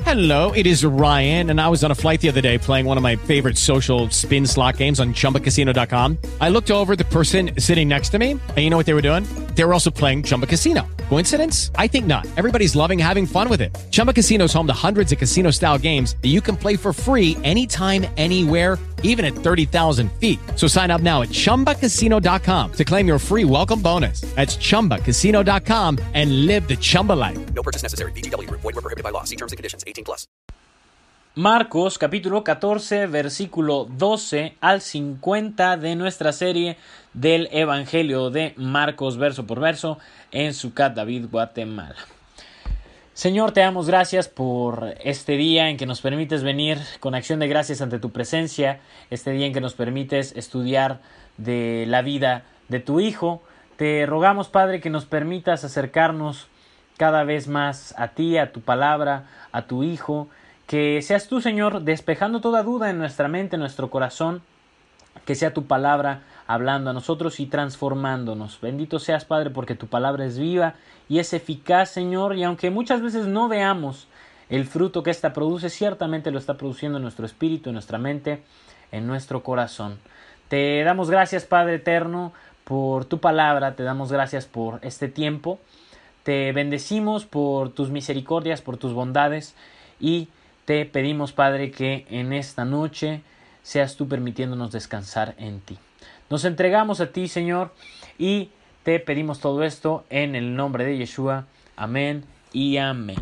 Hello, it is Ryan, and I was on a flight the other day playing one of my favorite social spin slot games on ChumbaCasino.com. I looked over at the person sitting next to me, and you know what they were doing? They were also playing Chumba Casino. Coincidence? I think not. Everybody's loving having fun with it. Chumba Casino is home to hundreds of casino-style games that you can play for free anytime, anywhere, even at 30,000 feet. So sign up now at ChumbaCasino.com to claim your free welcome bonus. That's ChumbaCasino.com and live the Chumba life. No purchase necessary. VGW. Void where prohibited by law. See terms and conditions. 18+. Marcos, capítulo 14, versículo 12 al 50 de nuestra serie del Evangelio de Marcos, verso por verso, en Sucat David, Guatemala. Señor, te damos gracias por este día en que nos permites venir con acción de gracias ante tu presencia, este día en que nos permites estudiar de la vida de tu Hijo. Te rogamos, Padre, que nos permitas acercarnos cada vez más a ti, a tu palabra, a tu Hijo. Que seas tú, Señor, despejando toda duda en nuestra mente, en nuestro corazón. Que sea tu palabra hablando a nosotros y transformándonos. Bendito seas, Padre, porque tu palabra es viva y es eficaz, Señor. Y aunque muchas veces no veamos el fruto que ésta produce, ciertamente lo está produciendo en nuestro espíritu, en nuestra mente, en nuestro corazón. Te damos gracias, Padre eterno, por tu palabra. Te damos gracias por este tiempo. Te bendecimos por tus misericordias, por tus bondades, y te pedimos, Padre, que en esta noche seas tú permitiéndonos descansar en ti. Nos entregamos a ti, Señor, y te pedimos todo esto en el nombre de Yeshua. Amén y amén.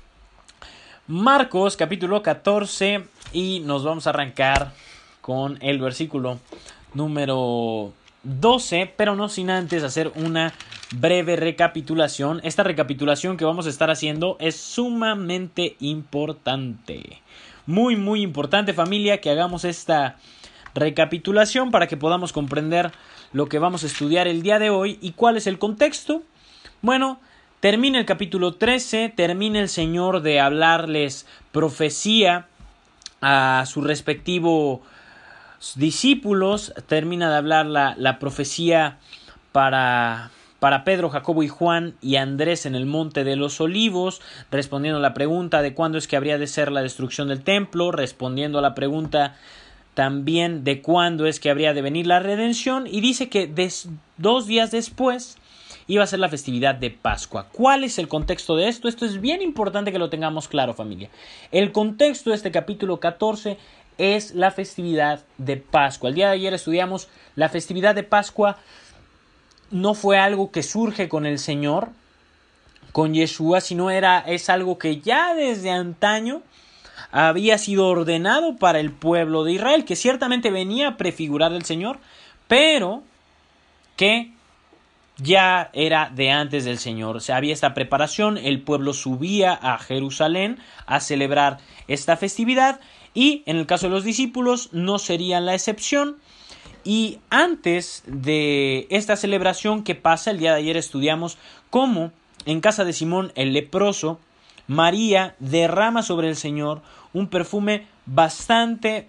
Marcos, capítulo 14, y nos vamos a arrancar con el versículo número 12, pero no sin antes hacer una breve recapitulación. Esta recapitulación que vamos a estar haciendo es sumamente importante. Muy, muy importante, familia, que hagamos esta recapitulación para que podamos comprender lo que vamos a estudiar el día de hoy y cuál es el contexto. Bueno, termina el capítulo 13, termina el Señor de hablarles profecía a sus respectivos discípulos, termina de hablar la profecía para Pedro, Jacobo y Juan y Andrés en el Monte de los Olivos, respondiendo a la pregunta de cuándo es que habría de ser la destrucción del templo, respondiendo a la pregunta también de cuándo es que habría de venir la redención, y dice que 2 días después iba a ser la festividad de Pascua. ¿Cuál es el contexto de esto? Esto es bien importante que lo tengamos claro, familia. El contexto de este capítulo 14 es la festividad de Pascua. El día de ayer estudiamos la festividad de Pascua. No fue algo que surge con el Señor, con Yeshua, sino es algo que ya desde antaño había sido ordenado para el pueblo de Israel, que ciertamente venía a prefigurar el Señor, pero que ya era de antes del Señor. O sea, había esta preparación, el pueblo subía a Jerusalén a celebrar esta festividad, y en el caso de los discípulos no serían la excepción. Y antes de esta celebración que pasa, el día de ayer estudiamos cómo en casa de Simón el leproso, María derrama sobre el Señor un perfume bastante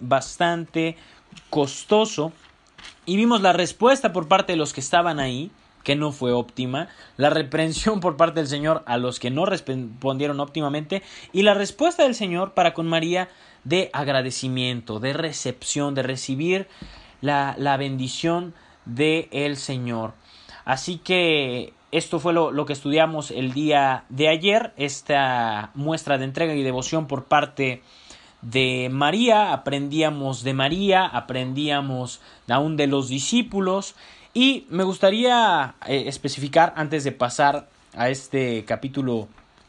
costoso, y vimos la respuesta por parte de los que estaban ahí, que no fue óptima, la reprensión por parte del Señor a los que no respondieron óptimamente, y la respuesta del Señor para con María de agradecimiento, de recepción, de recibir la bendición del Señor. Así que esto fue lo que estudiamos el día de ayer, esta muestra de entrega y devoción por parte de María. Aprendíamos de María, aprendíamos aún de los discípulos, y me gustaría especificar antes de pasar a este capítulo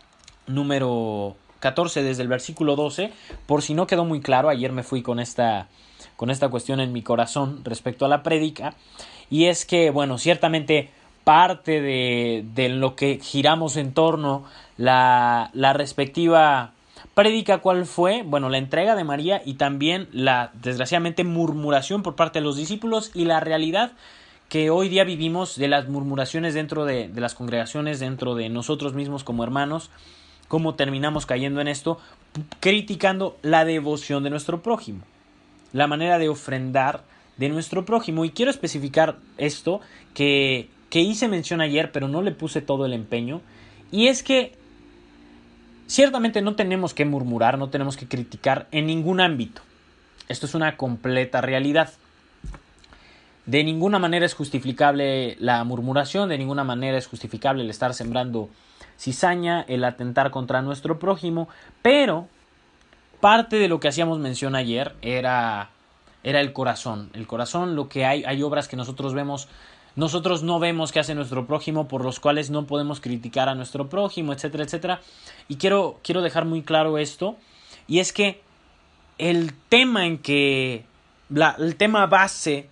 número 14 desde el versículo 12, por si no quedó muy claro. Ayer me fui con esta cuestión en mi corazón respecto a la prédica, y es que, bueno, ciertamente parte de lo que giramos en torno la respectiva prédica, ¿cuál fue? Bueno, la entrega de María, y también la, desgraciadamente, murmuración por parte de los discípulos, y la realidad que hoy día vivimos de las murmuraciones dentro de las congregaciones, dentro de nosotros mismos como hermanos, cómo terminamos cayendo en esto, criticando la devoción de nuestro prójimo, la manera de ofrendar de nuestro prójimo. Y quiero especificar esto que hice mención ayer, pero no le puse todo el empeño, y es que ciertamente no tenemos que murmurar, no tenemos que criticar en ningún ámbito. Esto es una completa realidad. De ninguna manera es justificable la murmuración, de ninguna manera es justificable el estar sembrando cizaña, el atentar contra nuestro prójimo, pero parte de lo que hacíamos mención ayer era el corazón. El corazón, lo que hay obras que nosotros vemos, nosotros no vemos que hace nuestro prójimo, por los cuales no podemos criticar a nuestro prójimo, etcétera, etcétera. Y quiero dejar muy claro esto, y es que el tema el tema base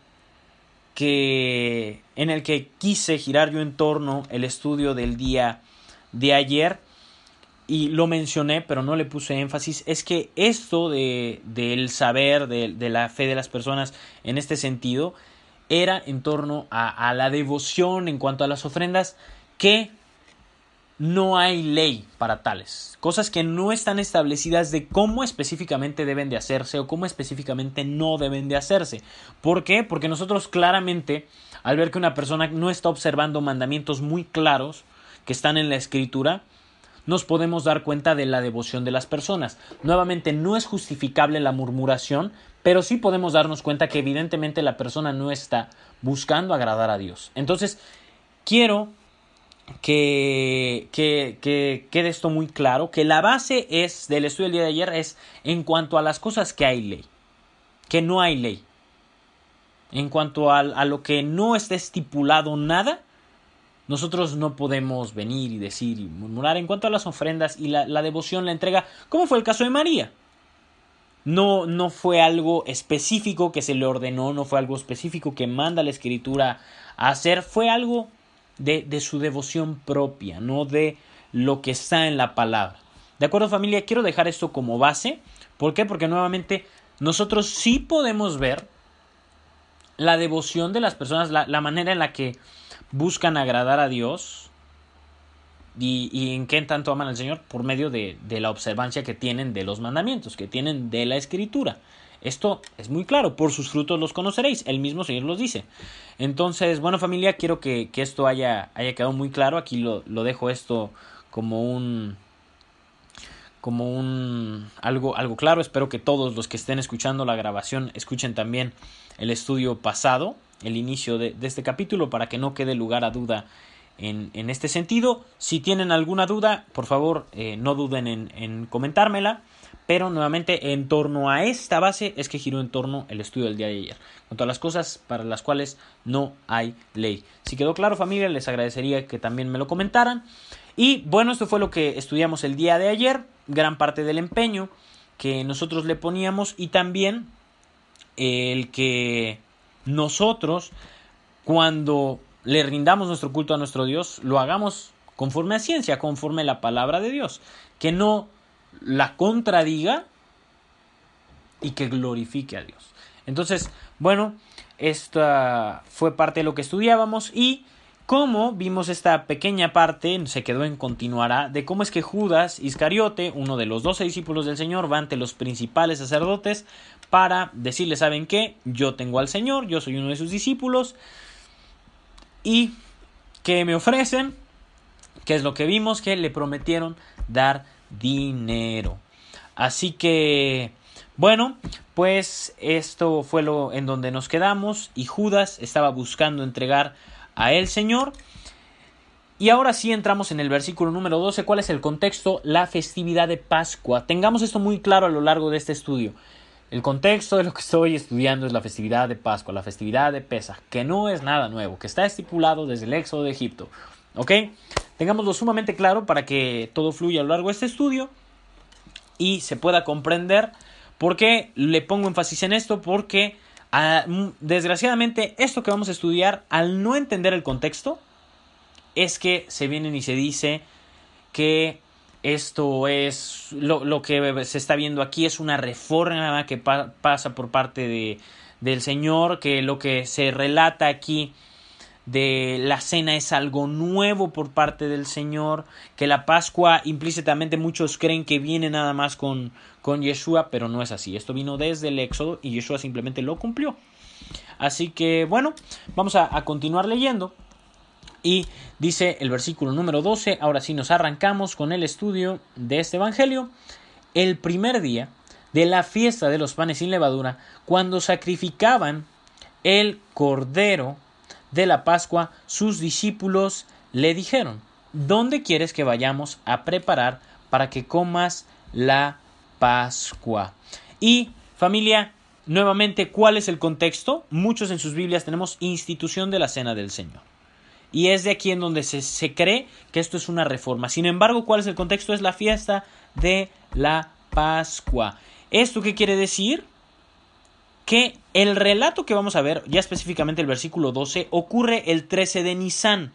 en el que quise girar yo en torno el estudio del día de ayer, y lo mencioné pero no le puse énfasis, es que esto del saber, de la fe de las personas en este sentido, era en torno a la devoción en cuanto a las ofrendas, que no hay ley para tales, cosas que no están establecidas de cómo específicamente deben de hacerse o cómo específicamente no deben de hacerse. ¿Por qué? Porque nosotros claramente, al ver que una persona no está observando mandamientos muy claros que están en la Escritura, nos podemos dar cuenta de la devoción de las personas. Nuevamente, no es justificable la murmuración, pero sí podemos darnos cuenta que evidentemente la persona no está buscando agradar a Dios. Entonces, quiero que quede esto muy claro, que la base del estudio del día de ayer es en cuanto a las cosas que hay ley, que no hay ley. En cuanto a lo que no está estipulado nada, nosotros no podemos venir y decir y murmurar. En cuanto a las ofrendas y la devoción, la entrega, como fue el caso de María. No fue algo específico que se le ordenó, no fue algo específico que manda la Escritura a hacer, fue algo de su devoción propia, no de lo que está en la palabra. ¿De acuerdo, familia? Quiero dejar esto como base. ¿Por qué? Porque nuevamente nosotros sí podemos ver la devoción de las personas, la manera en la que buscan agradar a Dios y en qué tanto aman al Señor, por medio de la observancia que tienen de los mandamientos, que tienen de la Escritura. Esto es muy claro, por sus frutos los conoceréis, el mismo Señor los dice. Entonces, bueno, familia, quiero que esto haya quedado muy claro. Aquí lo dejo esto como algo claro. Espero que todos los que estén escuchando la grabación escuchen también el estudio pasado, el inicio de este capítulo, para que no quede lugar a duda en este sentido. Si tienen alguna duda, por favor, no duden en comentármela. Pero nuevamente, en torno a esta base es que giró en torno el estudio del día de ayer, con todas las cosas para las cuales no hay ley. Si quedó claro, familia, les agradecería que también me lo comentaran. Y bueno, esto fue lo que estudiamos el día de ayer, gran parte del empeño que nosotros le poníamos, y también el que nosotros, cuando le rindamos nuestro culto a nuestro Dios, lo hagamos conforme a ciencia, conforme a la palabra de Dios, que no la contradiga y que glorifique a Dios. Entonces, bueno, esta fue parte de lo que estudiábamos, y como vimos esta pequeña parte, se quedó en continuará, de cómo es que Judas Iscariote, uno de los 12 discípulos del Señor, va ante los principales sacerdotes para decirle: ¿saben qué? Yo tengo al Señor, yo soy uno de sus discípulos, y ¿qué me ofrecen? ¿Qué es lo que vimos? Que le prometieron dar dinero. Así que, bueno, pues esto fue lo en donde nos quedamos, y Judas estaba buscando entregar a el Señor. Y ahora sí entramos en el versículo número 12. ¿Cuál es el contexto? La festividad de Pascua. Tengamos esto muy claro a lo largo de este estudio. El contexto de lo que estoy estudiando es la festividad de Pascua, la festividad de Pesaj, que no es nada nuevo, que está estipulado desde el éxodo de Egipto. ¿Ok? Tengámoslo sumamente claro para que todo fluya a lo largo de este estudio y se pueda comprender. ¿Por qué le pongo énfasis en esto? Porque desgraciadamente esto que vamos a estudiar, al no entender el contexto, es que se vienen y se dice que esto es lo que se está viendo aquí es una reforma que pasa por parte del Señor, que lo que se relata aquí de la cena es algo nuevo por parte del Señor, que la Pascua implícitamente muchos creen que viene nada más con Yeshua, pero no es así. Esto vino desde el Éxodo y Yeshua simplemente lo cumplió. Así que bueno, vamos a continuar leyendo. Y dice el versículo número 12, ahora sí nos arrancamos con el estudio de este evangelio. El primer día de la fiesta de los panes sin levadura, cuando sacrificaban el cordero de la Pascua, sus discípulos le dijeron: ¿dónde quieres que vayamos a preparar para que comas la Pascua? Y familia, nuevamente, ¿cuál es el contexto? Muchos en sus Biblias tenemos institución de la Cena del Señor. Y es de aquí en donde se cree que esto es una reforma. Sin embargo, ¿cuál es el contexto? Es la fiesta de la Pascua. ¿Esto qué quiere decir? Que el relato que vamos a ver, ya específicamente el versículo 12, ocurre el 13 de Nisán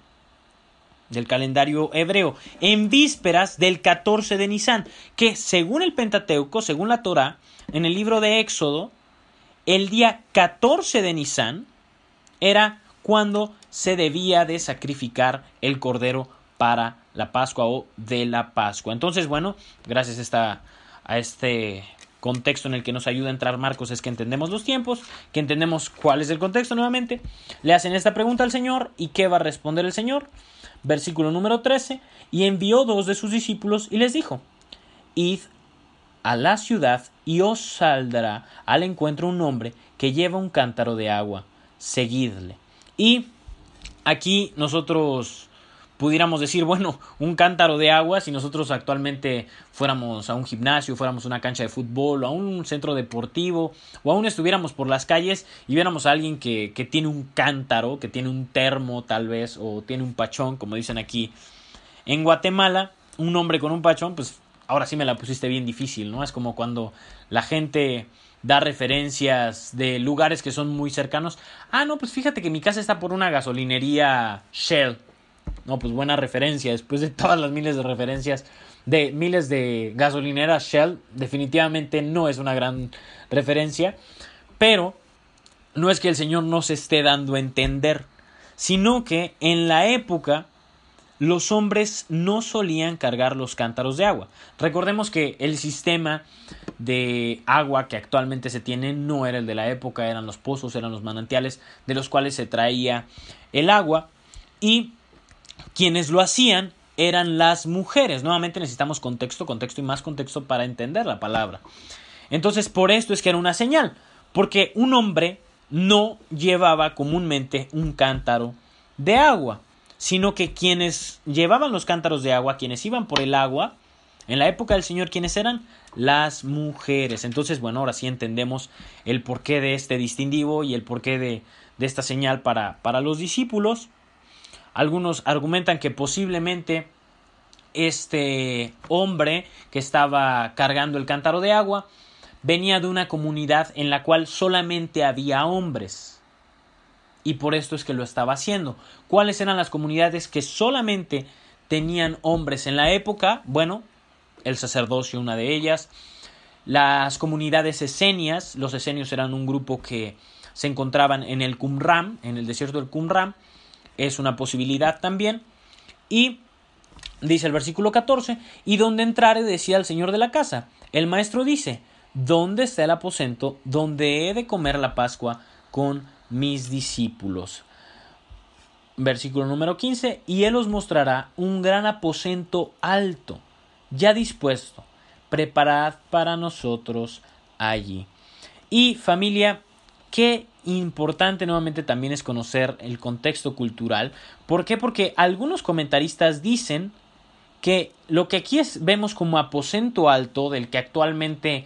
del calendario hebreo, en vísperas del 14 de Nisán, que según el Pentateuco, según la Torá, en el libro de Éxodo, el día 14 de Nisán era cuando se debía de sacrificar el cordero para la Pascua o de la Pascua. Entonces, bueno, gracias a este contexto en el que nos ayuda a entrar Marcos, es que entendemos los tiempos, que entendemos cuál es el contexto nuevamente. Le hacen esta pregunta al Señor, ¿y qué va a responder el Señor? Versículo número 13, y envió 2 de sus discípulos y les dijo: id a la ciudad y os saldrá al encuentro un hombre que lleva un cántaro de agua, seguidle. Y aquí nosotros pudiéramos decir, bueno, un cántaro de agua, si nosotros actualmente fuéramos a un gimnasio, fuéramos a una cancha de fútbol, o a un centro deportivo, o aún estuviéramos por las calles y viéramos a alguien que tiene un cántaro, que tiene un termo tal vez, o tiene un pachón, como dicen aquí en Guatemala, un hombre con un pachón, pues ahora sí me la pusiste bien difícil, ¿no? Es como cuando la gente da referencias de lugares que son muy cercanos. Ah, no, pues fíjate que mi casa está por una gasolinería Shell. No, pues buena referencia. Después de todas las miles de referencias de miles de gasolineras Shell, definitivamente no es una gran referencia. Pero no es que el Señor nos esté dando a entender, sino que en la época los hombres no solían cargar los cántaros de agua. Recordemos que el sistema de agua que actualmente se tiene no era el de la época, eran los pozos, eran los manantiales de los cuales se traía el agua, y quienes lo hacían eran las mujeres. Nuevamente necesitamos contexto y más contexto para entender la palabra. Entonces, por esto es que era una señal, porque un hombre no llevaba comúnmente un cántaro de agua, sino que quienes llevaban los cántaros de agua, quienes iban por el agua, en la época del Señor, ¿quiénes eran? Las mujeres. Entonces, bueno, ahora sí entendemos el porqué de este distintivo y el porqué de esta señal para los discípulos. Algunos argumentan que posiblemente este hombre que estaba cargando el cántaro de agua venía de una comunidad en la cual solamente había hombres. Y por esto es que lo estaba haciendo. ¿Cuáles eran las comunidades que solamente tenían hombres en la época? Bueno, el sacerdocio, una de ellas. Las comunidades esenias. Los esenios eran un grupo que se encontraban en el Qumran, en el desierto del Qumran. Es una posibilidad también. Y dice el versículo 14: y donde entrare, decía el señor de la casa, el maestro dice: ¿dónde está el aposento donde he de comer la Pascua con mis discípulos? Versículo número 15: y él os mostrará un gran aposento alto, ya dispuesto, preparad para nosotros allí. Y familia, qué importante nuevamente también es conocer el contexto cultural. ¿Por qué? Porque algunos comentaristas dicen que lo que aquí vemos como aposento alto, del que actualmente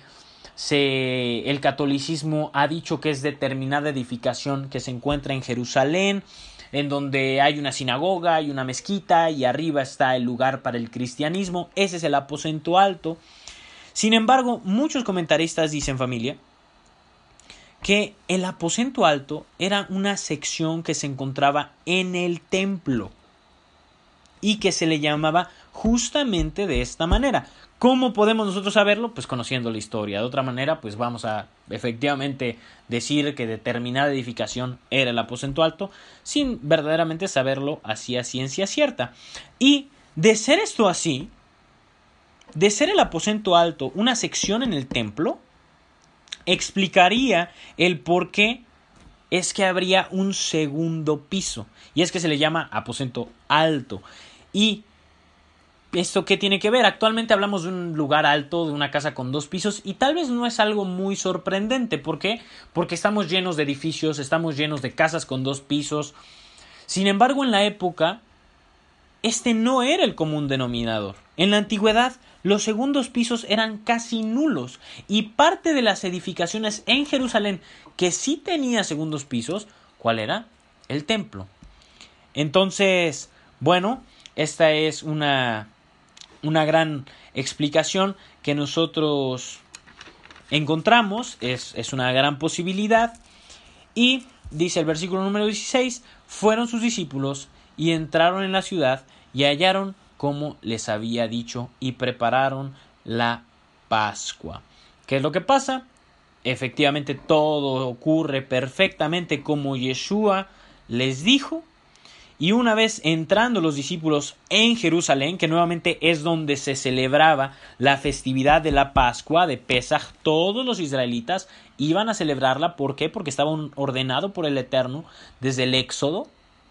el catolicismo ha dicho que es determinada edificación que se encuentra en Jerusalén, en donde hay una sinagoga, hay una mezquita y arriba está el lugar para el cristianismo. Ese es el aposento alto. Sin embargo, muchos comentaristas dicen, familia, que el aposento alto era una sección que se encontraba en el templo y que se le llamaba justamente de esta manera. ¿Cómo podemos nosotros saberlo? Pues conociendo la historia. De otra manera, pues vamos a efectivamente decir que determinada edificación era el aposento alto sin verdaderamente saberlo así a ciencia cierta. Y de ser esto así, de ser el aposento alto una sección en el templo, explicaría el por qué es que habría un segundo piso, y es que se le llama aposento alto. ¿Y esto qué tiene que ver? Actualmente hablamos de un lugar alto, de una casa con 2 pisos, y tal vez no es algo muy sorprendente. ¿Por qué? Porque estamos llenos de edificios, estamos llenos de casas con 2 pisos. Sin embargo, en la época, este no era el común denominador. En la antigüedad, los segundos pisos eran casi nulos, y parte de las edificaciones en Jerusalén que sí tenía segundos pisos, ¿cuál era? El templo. Entonces, bueno, esta es una gran explicación que nosotros encontramos, es una gran posibilidad. Y dice el versículo número 16, fueron sus discípulos y entraron en la ciudad y hallaron como les había dicho y prepararon la Pascua. ¿Qué es lo que pasa? Efectivamente todo ocurre perfectamente como Yeshua les dijo. Y una vez entrando los discípulos en Jerusalén, que nuevamente es donde se celebraba la festividad de la Pascua de Pesaj, todos los israelitas iban a celebrarla. ¿Por qué? Porque estaba ordenado por el Eterno desde el Éxodo.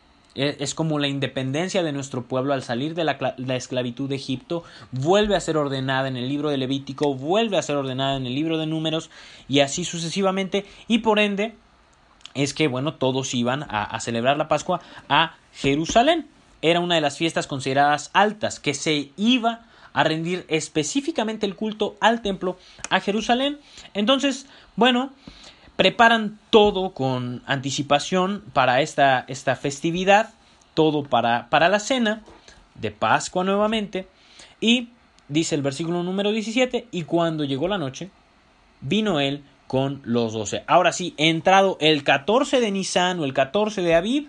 Es como la independencia de nuestro pueblo al salir de la esclavitud de Egipto. Vuelve a ser ordenada en el libro de Levítico, vuelve a ser ordenada en el libro de Números, y así sucesivamente. Y por ende es que, bueno, todos iban a celebrar la Pascua a Jerusalén. Era una de las fiestas consideradas altas, que se iba a rendir específicamente el culto al templo a Jerusalén. Entonces, bueno, preparan todo con anticipación para esta festividad, todo para la cena de Pascua nuevamente. Y dice el versículo número 17, y cuando llegó la noche, vino él con los 12. Ahora sí, entrado el 14 de Nisan o el 14 de Aviv,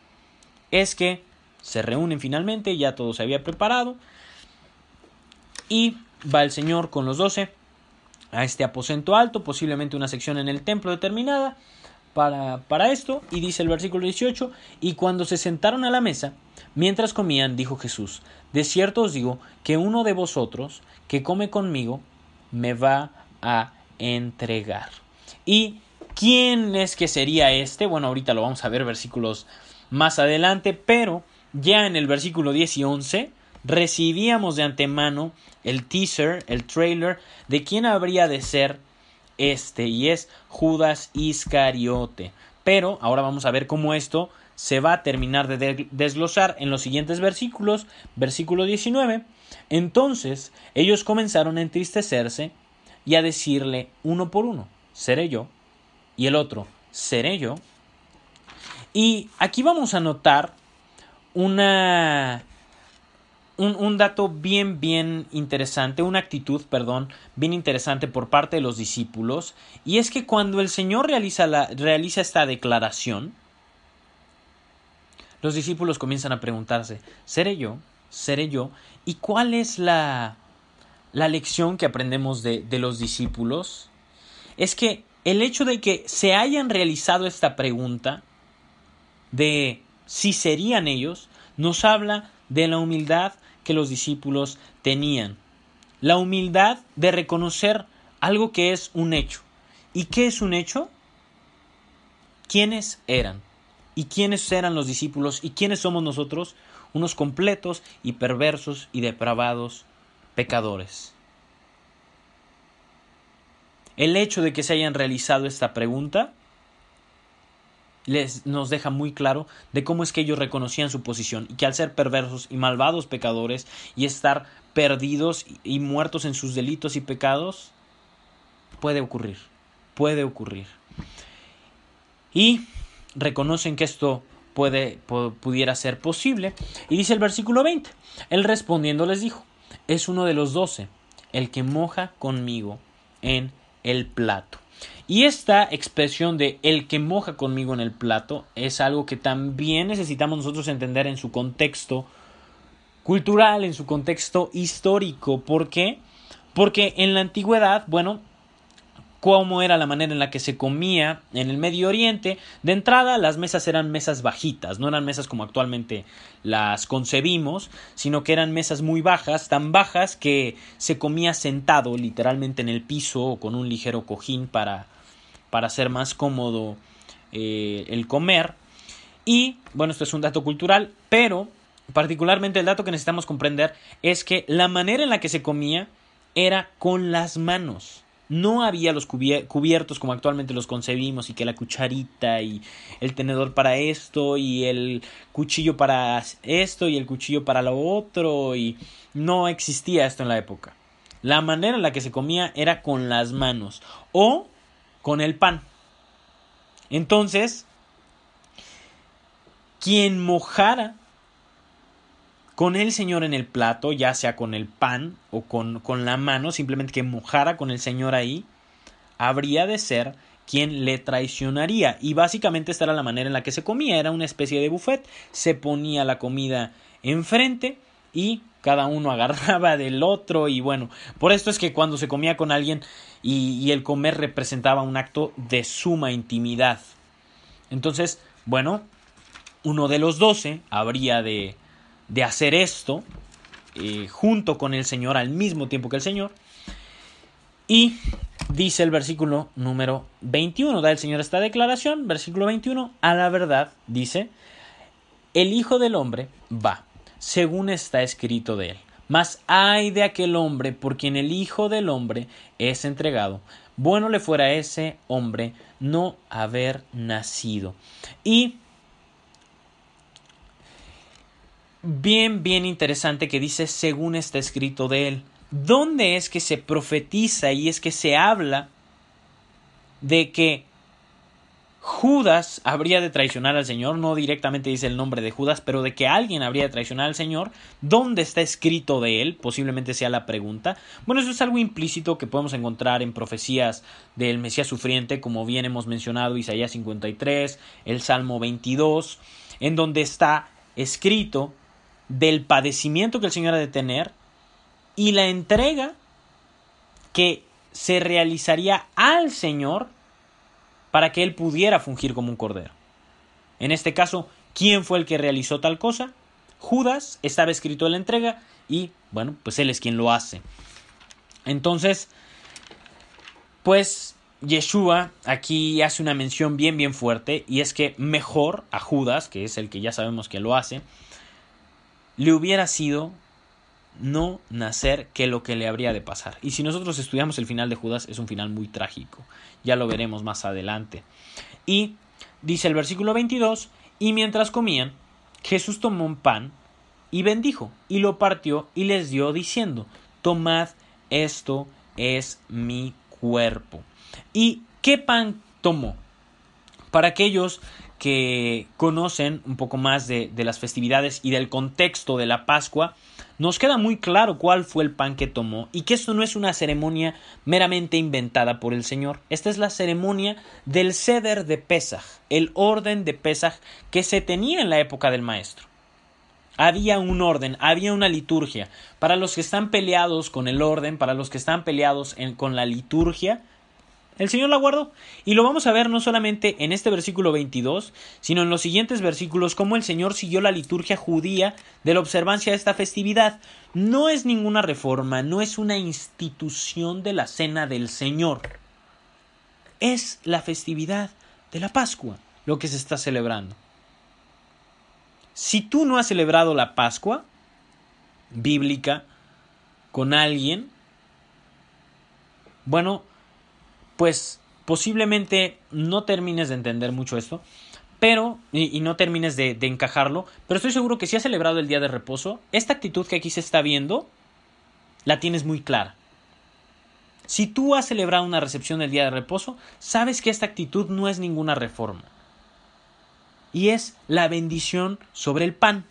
es que se reúnen finalmente, ya todo se había preparado, y va el Señor con los 12 a este aposento alto, posiblemente una sección en el templo determinada para esto, y dice el versículo 18, y cuando se sentaron a la mesa, mientras comían, dijo Jesús, de cierto os digo que uno de vosotros que come conmigo me va a entregar. ¿Y quién es que sería este? Bueno, ahorita lo vamos a ver versículos más adelante, pero ya en el versículo 10 y 11 recibíamos de antemano el teaser, el trailer de quién habría de ser este, y es Judas Iscariote. Pero ahora vamos a ver cómo esto se va a terminar de desglosar en los siguientes versículos. Versículo 19. Entonces ellos comenzaron a entristecerse y a decirle uno por uno, seré yo, y el otro, seré yo. Y aquí vamos a notar un dato bien interesante, una actitud, bien interesante por parte de los discípulos, y es que cuando el Señor realiza esta declaración, los discípulos comienzan a preguntarse, ¿seré yo? ¿Seré yo? ¿Y cuál es la lección que aprendemos de los discípulos? Es que el hecho de que se hayan realizado esta pregunta de si serían ellos, nos habla de la humildad que los discípulos tenían. La humildad de reconocer algo que es un hecho. ¿Y qué es un hecho? ¿Quiénes eran? ¿Y quiénes eran los discípulos? ¿Y quiénes somos nosotros? Unos completos y perversos y depravados pecadores. El hecho de que se hayan realizado esta pregunta nos deja muy claro de cómo es que ellos reconocían su posición, y que al ser perversos y malvados pecadores y estar perdidos y muertos en sus delitos y pecados, puede ocurrir. Y reconocen que esto pudiera ser posible. Y dice el versículo 20, él respondiendo les dijo, es uno de los 12, el que moja conmigo en el plato. Y esta expresión de el que moja conmigo en el plato es algo que también necesitamos nosotros entender en su contexto cultural, en su contexto histórico. ¿Por qué? Porque en la antigüedad, bueno, cómo era la manera en la que se comía en el Medio Oriente. De entrada, las mesas eran mesas bajitas, no eran mesas como actualmente las concebimos, sino que eran mesas muy bajas, tan bajas que se comía sentado literalmente en el piso o con un ligero cojín para hacer más cómodo el comer. Y bueno, esto es un dato cultural, pero particularmente el dato que necesitamos comprender es que la manera en la que se comía era con las manos. No había los cubiertos como actualmente los concebimos, y que la cucharita y el tenedor para esto y el cuchillo para esto y el cuchillo para lo otro, y no existía esto en la época. La manera en la que se comía era con las manos o con el pan. Entonces, quien mojara con el Señor en el plato, ya sea con el pan o con la mano, simplemente que mojara con el Señor ahí, habría de ser quien le traicionaría. Y básicamente esta era la manera en la que se comía, era una especie de buffet. Se ponía la comida enfrente y cada uno agarraba del otro, y bueno, por esto es que cuando se comía con alguien y el comer representaba un acto de suma intimidad. Entonces, bueno, uno de los 12 habría de hacer esto junto con el Señor, al mismo tiempo que el Señor. Y dice el versículo número 21, da el Señor esta declaración, versículo 21, a la verdad, dice, el Hijo del Hombre va, según está escrito de él. Mas ay de aquel hombre por quien el Hijo del Hombre es entregado. Bueno le fuera a ese hombre no haber nacido. Y bien interesante que dice según está escrito de él. ¿Dónde es que se profetiza y es que se habla de que Judas habría de traicionar al Señor? No directamente dice el nombre de Judas, pero de que alguien habría de traicionar al Señor. ¿Dónde está escrito de él? Posiblemente sea la pregunta. Bueno, eso es algo implícito que podemos encontrar en profecías del Mesías sufriente, como bien hemos mencionado, Isaías 53, el Salmo 22, en donde está escrito del padecimiento que el Señor ha de tener y la entrega que se realizaría al Señor para que él pudiera fungir como un cordero. En este caso, ¿quién fue el que realizó tal cosa? Judas, estaba escrito en la entrega y, bueno, pues él es quien lo hace. Entonces, pues Yeshua aquí hace una mención bien fuerte, y es que mejor a Judas, que es el que ya sabemos que lo hace, le hubiera sido no nacer que lo que le habría de pasar. Y si nosotros estudiamos el final de Judas, es un final muy trágico. Ya lo veremos más adelante. Y dice el versículo 22, y mientras comían, Jesús tomó un pan y bendijo, y lo partió y les dio diciendo, tomad, esto es mi cuerpo. ¿Y qué pan tomó? Para aquellos que conocen un poco más de las festividades y del contexto de la Pascua, nos queda muy claro cuál fue el pan que tomó y que esto no es una ceremonia meramente inventada por el Señor. Esta es la ceremonia del Seder de Pesaj, el orden de Pesaj que se tenía en la época del Maestro. Había un orden, había una liturgia. Para los que están peleados con el orden, para los que están peleados con la liturgia, el Señor la guardó. Y lo vamos a ver no solamente en este versículo 22, sino en los siguientes versículos, cómo el Señor siguió la liturgia judía de la observancia de esta festividad. No es ninguna reforma, no es una institución de la cena del Señor. Es la festividad de la Pascua lo que se está celebrando. Si tú no has celebrado la Pascua bíblica con alguien, bueno, pues posiblemente no termines de entender mucho esto, pero y no termines de encajarlo, pero estoy seguro que si has celebrado el día de reposo, esta actitud que aquí se está viendo, la tienes muy clara. Si tú has celebrado una recepción del día de reposo, sabes que esta actitud no es ninguna reforma, y es la bendición sobre el pan.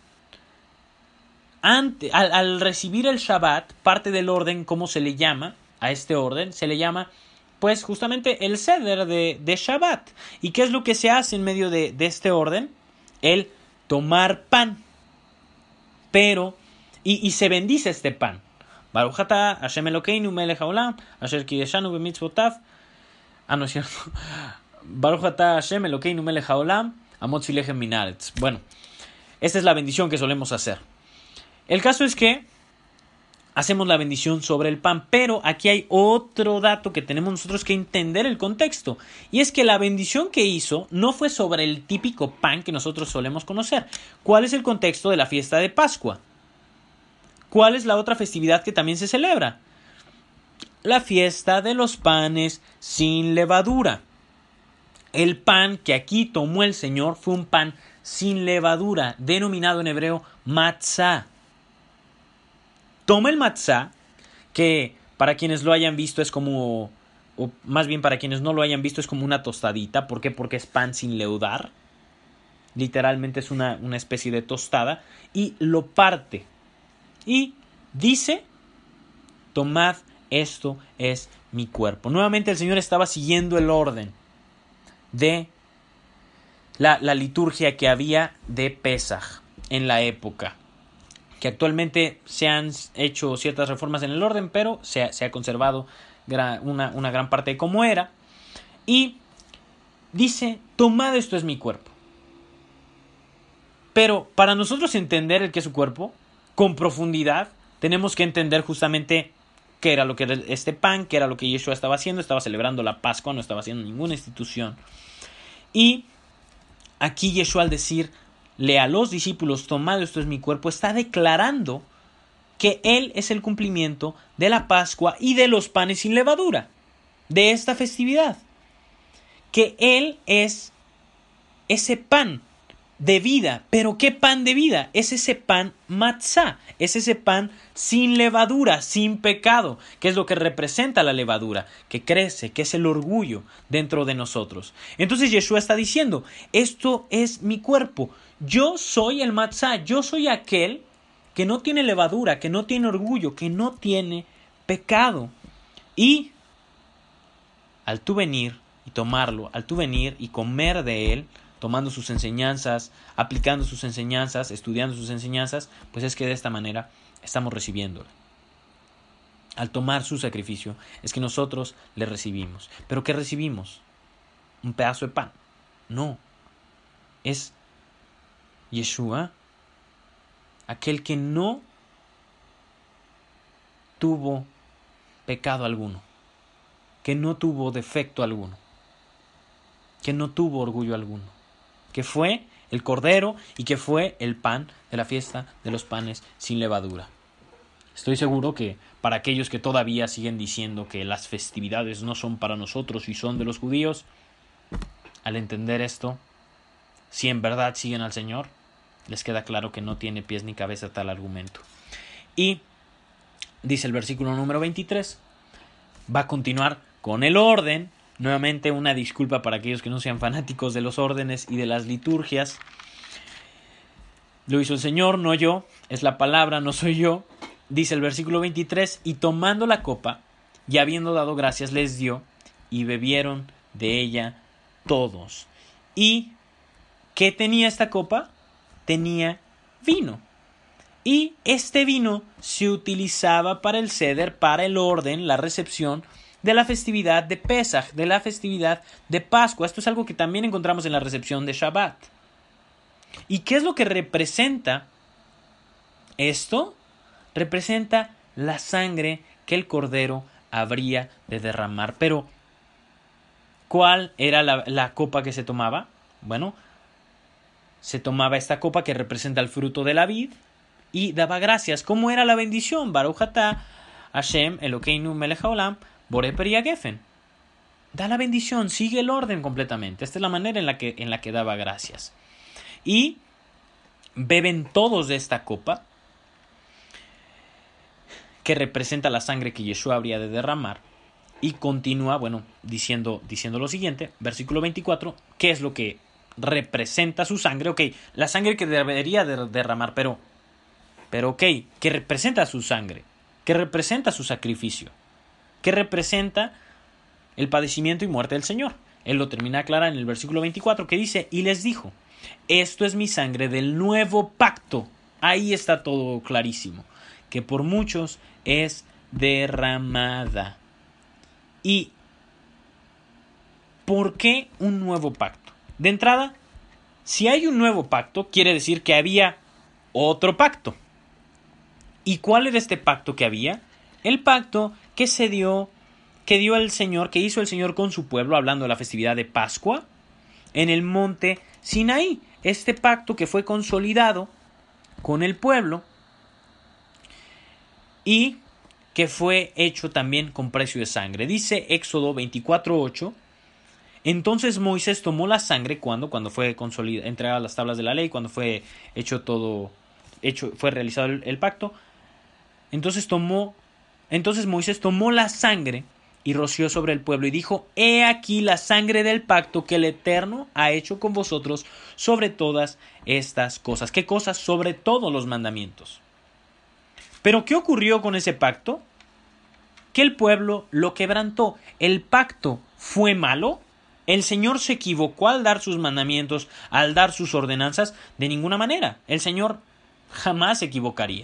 Al recibir el Shabbat, parte del orden, ¿cómo se le llama a este orden? Se le llama pues justamente el Seder de Shabbat. ¿Y qué es lo que se hace en medio de este orden? El tomar pan. Pero, y se bendice este pan. Baruch atah Hashem Elokeinu melech haolam, asher kideshanu b'mitzvotav. No es cierto. Baruch atah Hashem Elokeinu melech haolam, amotzi lechem min haaretz. Bueno, esta es la bendición que solemos hacer. El caso es que hacemos la bendición sobre el pan. Pero aquí hay otro dato que tenemos nosotros que entender el contexto. Y es que la bendición que hizo no fue sobre el típico pan que nosotros solemos conocer. ¿Cuál es el contexto de la fiesta de Pascua? ¿Cuál es la otra festividad que también se celebra? La fiesta de los panes sin levadura. El pan que aquí tomó el Señor fue un pan sin levadura, denominado en hebreo matzá. Toma el matzá, que para quienes lo hayan visto es como, o más bien para quienes no lo hayan visto es como una tostadita. ¿Por qué? Porque es pan sin leudar. Literalmente es una especie de tostada. Y lo parte. Y dice, tomad, esto es mi cuerpo. Nuevamente el Señor estaba siguiendo el orden de la liturgia que había de Pesaj en la época. Que actualmente se han hecho ciertas reformas en el orden, pero se ha conservado una gran parte de cómo era. Y dice, tomad, esto es mi cuerpo. Pero para nosotros entender el que es su cuerpo, con profundidad, tenemos que entender justamente qué era lo que era este pan, qué era lo que Yeshua estaba haciendo. Estaba celebrando la Pascua, no estaba haciendo ninguna institución. Y aquí Yeshua, al decirle a los discípulos, tomad, esto es mi cuerpo, está declarando que Él es el cumplimiento de la Pascua y de los panes sin levadura, de esta festividad. Que Él es ese pan de vida. ¿Pero qué pan de vida? Es ese pan matzá, es ese pan sin levadura, sin pecado, que es lo que representa la levadura, que crece, que es el orgullo dentro de nosotros. Entonces Yeshua está diciendo, esto es mi cuerpo, yo soy el matzá, yo soy aquel que no tiene levadura, que no tiene orgullo, que no tiene pecado. Y al tú venir y tomarlo, al tú venir y comer de él, tomando sus enseñanzas, aplicando sus enseñanzas, estudiando sus enseñanzas, pues es que de esta manera estamos recibiéndole. Al tomar su sacrificio, es que nosotros le recibimos. ¿Pero qué recibimos? ¿Un pedazo de pan? No. Es Yeshua, aquel que no tuvo pecado alguno, que no tuvo defecto alguno, que no tuvo orgullo alguno, que fue el cordero y que fue el pan de la fiesta de los panes sin levadura. Estoy seguro que para aquellos que todavía siguen diciendo que las festividades no son para nosotros y son de los judíos, al entender esto, si en verdad siguen al Señor, les queda claro que no tiene pies ni cabeza tal argumento. Y dice el versículo número 23, va a continuar con el orden. Nuevamente una disculpa para aquellos que no sean fanáticos de los órdenes y de las liturgias. Lo hizo el Señor, no yo. Es la palabra, no soy yo. Dice el versículo 23, y tomando la copa, y habiendo dado gracias, les dio, y bebieron de ella todos. ¿Y qué tenía esta copa? Tenía vino. Y este vino se utilizaba para el seder, para el orden, la recepción de la festividad de Pesaj, de la festividad de Pascua. Esto es algo que también encontramos en la recepción de Shabbat. ¿Y qué es lo que representa esto? Representa la sangre que el cordero habría de derramar. Pero, ¿cuál era la copa que se tomaba? Bueno, se tomaba esta copa que representa el fruto de la vid y daba gracias. ¿Cómo era la bendición? Baruch atah Hashem Elokeinu melech haolam Borei Peri HaGefen. Da la bendición, sigue el orden completamente. Esta es la manera en la que daba gracias. Y beben todos de esta copa que representa la sangre que Yeshua habría de derramar. Y continúa, diciendo lo siguiente, versículo 24, ¿qué es lo que representa su sangre? Ok, la sangre que debería de derramar, pero ok, ¿qué representa su sangre? ¿Qué representa su sacrificio? ¿Qué representa el padecimiento y muerte del Señor? Él lo termina de aclarar en el versículo 24, que dice, y les dijo, esto es mi sangre del nuevo pacto. Ahí está todo clarísimo, que por muchos es derramada. ¿Y por qué un nuevo pacto? De entrada, si hay un nuevo pacto, quiere decir que había otro pacto. ¿Y cuál era este pacto que había? El pacto que dio el Señor, que hizo el Señor con su pueblo, hablando de la festividad de Pascua, en el monte Sinaí. Este pacto que fue consolidado con el pueblo y que fue hecho también con precio de sangre. Dice Éxodo 24:8. Entonces Moisés tomó la sangre cuando fue entregadas las tablas de la ley, cuando fue fue realizado el pacto. Entonces Moisés tomó la sangre y roció sobre el pueblo y dijo: He aquí la sangre del pacto que el Eterno ha hecho con vosotros sobre todas estas cosas. ¿Qué cosas? Sobre todos los mandamientos. Pero ¿qué ocurrió con ese pacto? Que el pueblo lo quebrantó. ¿El pacto fue malo? ¿El Señor se equivocó al dar sus mandamientos, al dar sus ordenanzas? De ninguna manera. El Señor jamás se equivocaría.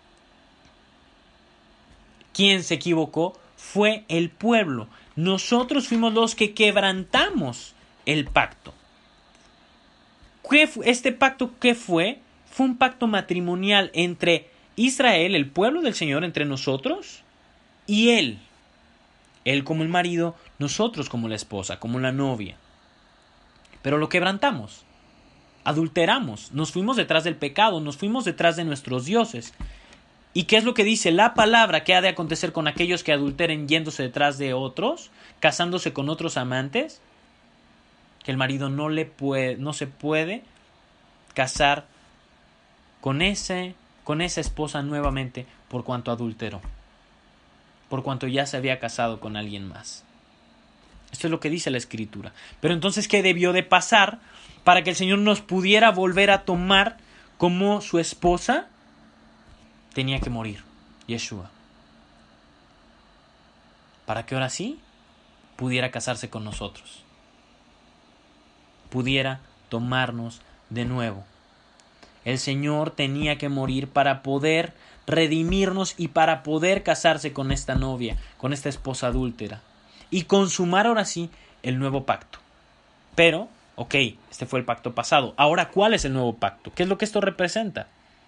Quien se equivocó fue el pueblo. Nosotros fuimos los que quebrantamos el pacto. ¿Este pacto qué fue? Fue un pacto matrimonial entre Israel, el pueblo del Señor, entre nosotros, y Él. Él como el marido, nosotros como la esposa, como la novia. Pero lo quebrantamos, adulteramos, nos fuimos detrás del pecado, nos fuimos detrás de nuestros dioses. ¿Y qué es lo que dice la palabra que ha de acontecer con aquellos que adulteren yéndose detrás de otros, casándose con otros amantes? Que el marido no se puede casar con esa esposa nuevamente por cuanto adulteró, por cuanto ya se había casado con alguien más. Esto es lo que dice la Escritura. Pero entonces, ¿qué debió de pasar para que el Señor nos pudiera volver a tomar como su esposa? Tenía que morir Yeshua, para que ahora sí pudiera casarse con nosotros, pudiera tomarnos de nuevo. El Señor tenía que morir para poder redimirnos y para poder casarse con esta novia, con esta esposa adúltera, y consumar ahora sí el nuevo pacto. Pero, este fue el pacto pasado. Ahora, ¿cuál es el nuevo pacto? ¿Qué es lo que esto representa?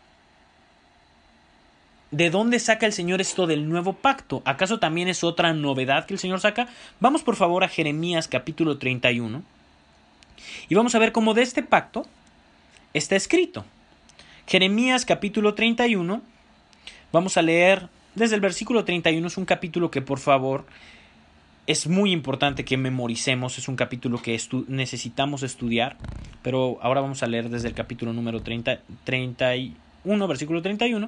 ¿De dónde saca el Señor esto del nuevo pacto? ¿Acaso también es otra novedad que el Señor saca? Vamos por favor a Jeremías capítulo 31 y vamos a ver cómo de este pacto está escrito. Jeremías capítulo 31, vamos a leer desde el versículo 31, es un capítulo que por favor es muy importante que memoricemos, es un capítulo que necesitamos estudiar, pero ahora vamos a leer desde el capítulo número 31, versículo 31.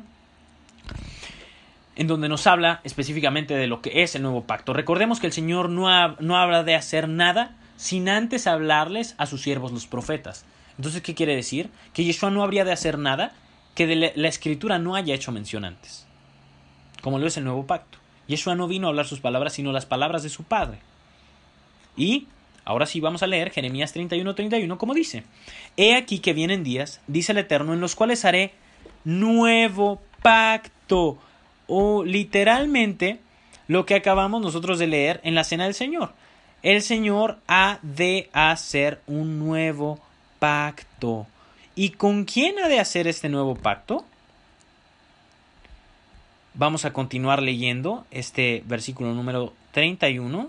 En donde nos habla específicamente de lo que es el nuevo pacto. Recordemos que el Señor no habla de hacer nada sin antes hablarles a sus siervos los profetas. Entonces, ¿qué quiere decir? Que Yeshua no habría de hacer nada que de la Escritura no haya hecho mención antes, como lo es el nuevo pacto. Yeshua no vino a hablar sus palabras, sino las palabras de su Padre. Y ahora sí vamos a leer Jeremías 31:31, como dice: He aquí que vienen días, dice el Eterno, en los cuales haré nuevo pacto. O literalmente lo que acabamos nosotros de leer en la Cena del Señor. El Señor ha de hacer un nuevo pacto. ¿Y con quién ha de hacer este nuevo pacto? Vamos a continuar leyendo este versículo número 31.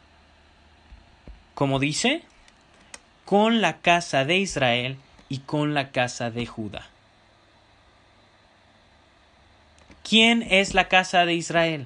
Como dice: con la casa de Israel y con la casa de Judá. ¿Quién es la casa de Israel?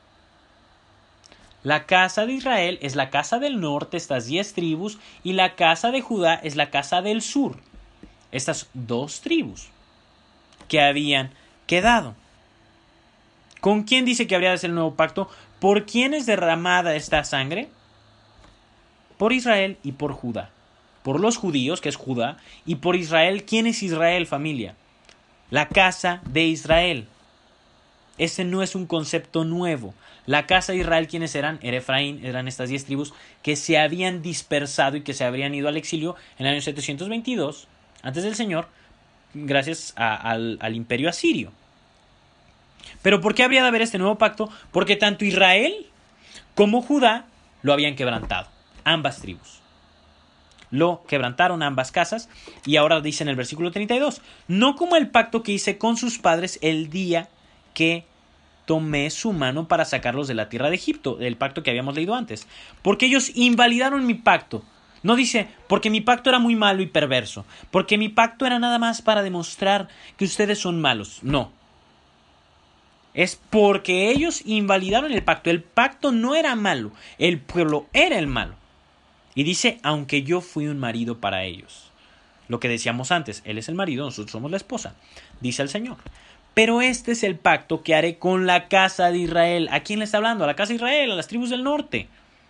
La casa de Israel es la casa del norte, estas 10 tribus, y la casa de Judá es la casa del sur, estas 2 tribus que habían quedado. ¿Con quién dice que habría de ser el nuevo pacto? ¿Por quién es derramada esta sangre? Por Israel y por Judá. Por los judíos, que es Judá, y por Israel. ¿Quién es Israel, familia? La casa de Israel. Ese no es un concepto nuevo. La casa de Israel, ¿quiénes eran? Era Efraín, eran estas 10 tribus que se habían dispersado y que se habrían ido al exilio en el año 722, antes del Señor, gracias al imperio asirio. ¿Pero por qué habría de haber este nuevo pacto? Porque tanto Israel como Judá lo habían quebrantado, ambas tribus. Lo quebrantaron ambas casas, y ahora dice en el versículo 32, no como el pacto que hice con sus padres el día que tomé su mano para sacarlos de la tierra de Egipto, del pacto que habíamos leído antes. Porque ellos invalidaron mi pacto. No dice, porque mi pacto era muy malo y perverso. Porque mi pacto era nada más para demostrar que ustedes son malos. No. Es porque ellos invalidaron el pacto. El pacto no era malo. El pueblo era el malo. Y dice, aunque yo fui un marido para ellos. Lo que decíamos antes, él es el marido, nosotros somos la esposa. Dice el Señor. Pero este es el pacto que haré con la casa de Israel. ¿A quién le está hablando? A la casa de Israel, a las tribus del norte.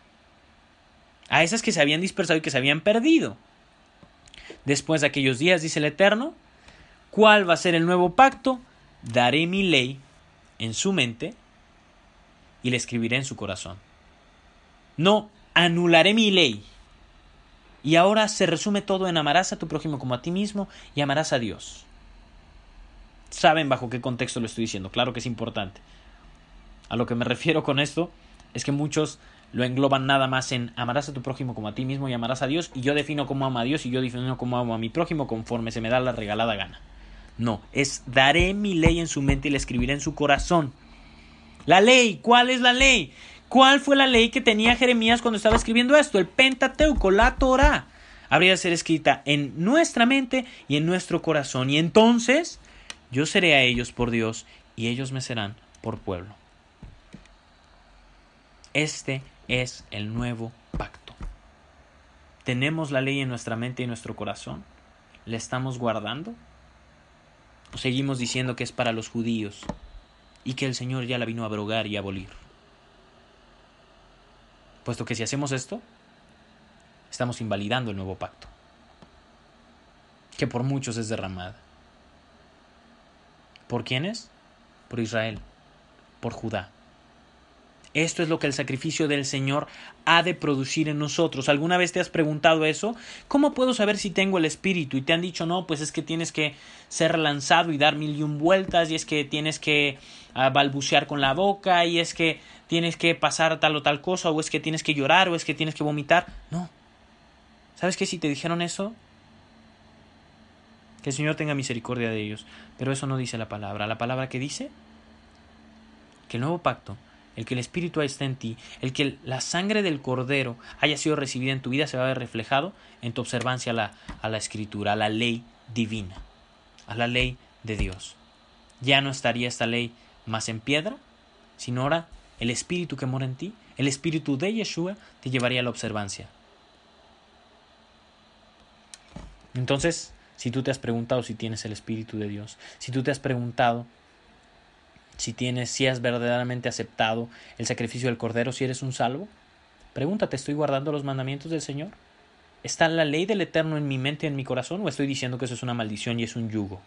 A esas que se habían dispersado y que se habían perdido. Después de aquellos días, dice el Eterno, ¿cuál va a ser el nuevo pacto? Daré mi ley en su mente y la escribiré en su corazón. No anularé mi ley. Y ahora se resume todo en amarás a tu prójimo como a ti mismo y amarás a Dios. ¿Saben bajo qué contexto lo estoy diciendo? Claro que es importante. A lo que me refiero con esto es que muchos lo engloban nada más en amarás a tu prójimo como a ti mismo y amarás a Dios, y yo defino cómo amo a Dios y yo defino cómo amo a mi prójimo conforme se me da la regalada gana. No, es daré mi ley en su mente y la escribiré en su corazón. La ley, ¿cuál es la ley? ¿Cuál fue la ley que tenía Jeremías cuando estaba escribiendo esto? El Pentateuco, la Torá. Habría de ser escrita en nuestra mente y en nuestro corazón. Y entonces yo seré a ellos por Dios y ellos me serán por pueblo. Este es el nuevo pacto. ¿Tenemos la ley en nuestra mente y en nuestro corazón? ¿La estamos guardando? ¿O seguimos diciendo que es para los judíos y que el Señor ya la vino a abrogar y a abolir? Puesto que si hacemos esto, estamos invalidando el nuevo pacto, que por muchos es derramada. ¿Por quiénes? Por Israel, por Judá. Esto es lo que el sacrificio del Señor ha de producir en nosotros. ¿Alguna vez te has preguntado eso? ¿Cómo puedo saber si tengo el Espíritu? Y te han dicho, no, pues es que tienes que ser lanzado y dar 1001 vueltas, y es que tienes que balbucear con la boca, y es que tienes que pasar tal o tal cosa, o es que tienes que llorar, o es que tienes que vomitar. No. ¿Sabes qué? Si te dijeron eso, que el Señor tenga misericordia de ellos. Pero eso no dice la palabra. La palabra que dice que el nuevo pacto, el que el Espíritu está en ti, el que la sangre del Cordero haya sido recibida en tu vida, se va a ver reflejado en tu observancia a la Escritura, a la ley divina, a la ley de Dios. Ya no estaría esta ley más en piedra, sino ahora el Espíritu que mora en ti, el Espíritu de Yeshua, te llevaría a la observancia. Entonces, si tú te has preguntado si tienes el Espíritu de Dios, si tú te has preguntado si has verdaderamente aceptado el sacrificio del Cordero, si eres un salvo, pregúntate, ¿estoy guardando los mandamientos del Señor? ¿Está la ley del Eterno en mi mente y en mi corazón, o estoy diciendo que eso es una maldición y es un yugo?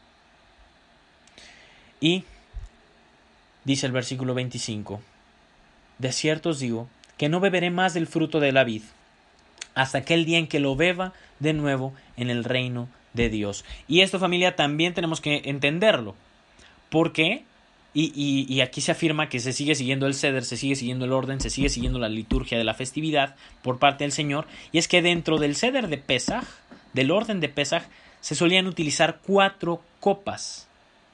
Y dice el versículo 25, de cierto os digo que no beberé más del fruto de la vid hasta aquel día en que lo beba de nuevo en el reino de Dios. Y esto, familia, también tenemos que entenderlo. ¿Por qué? Y aquí se afirma que se sigue siguiendo el ceder, se sigue siguiendo el orden, se sigue siguiendo la liturgia de la festividad por parte del Señor. Y es que dentro del ceder de Pesaj, del orden de Pesaj, se solían utilizar 4 copas.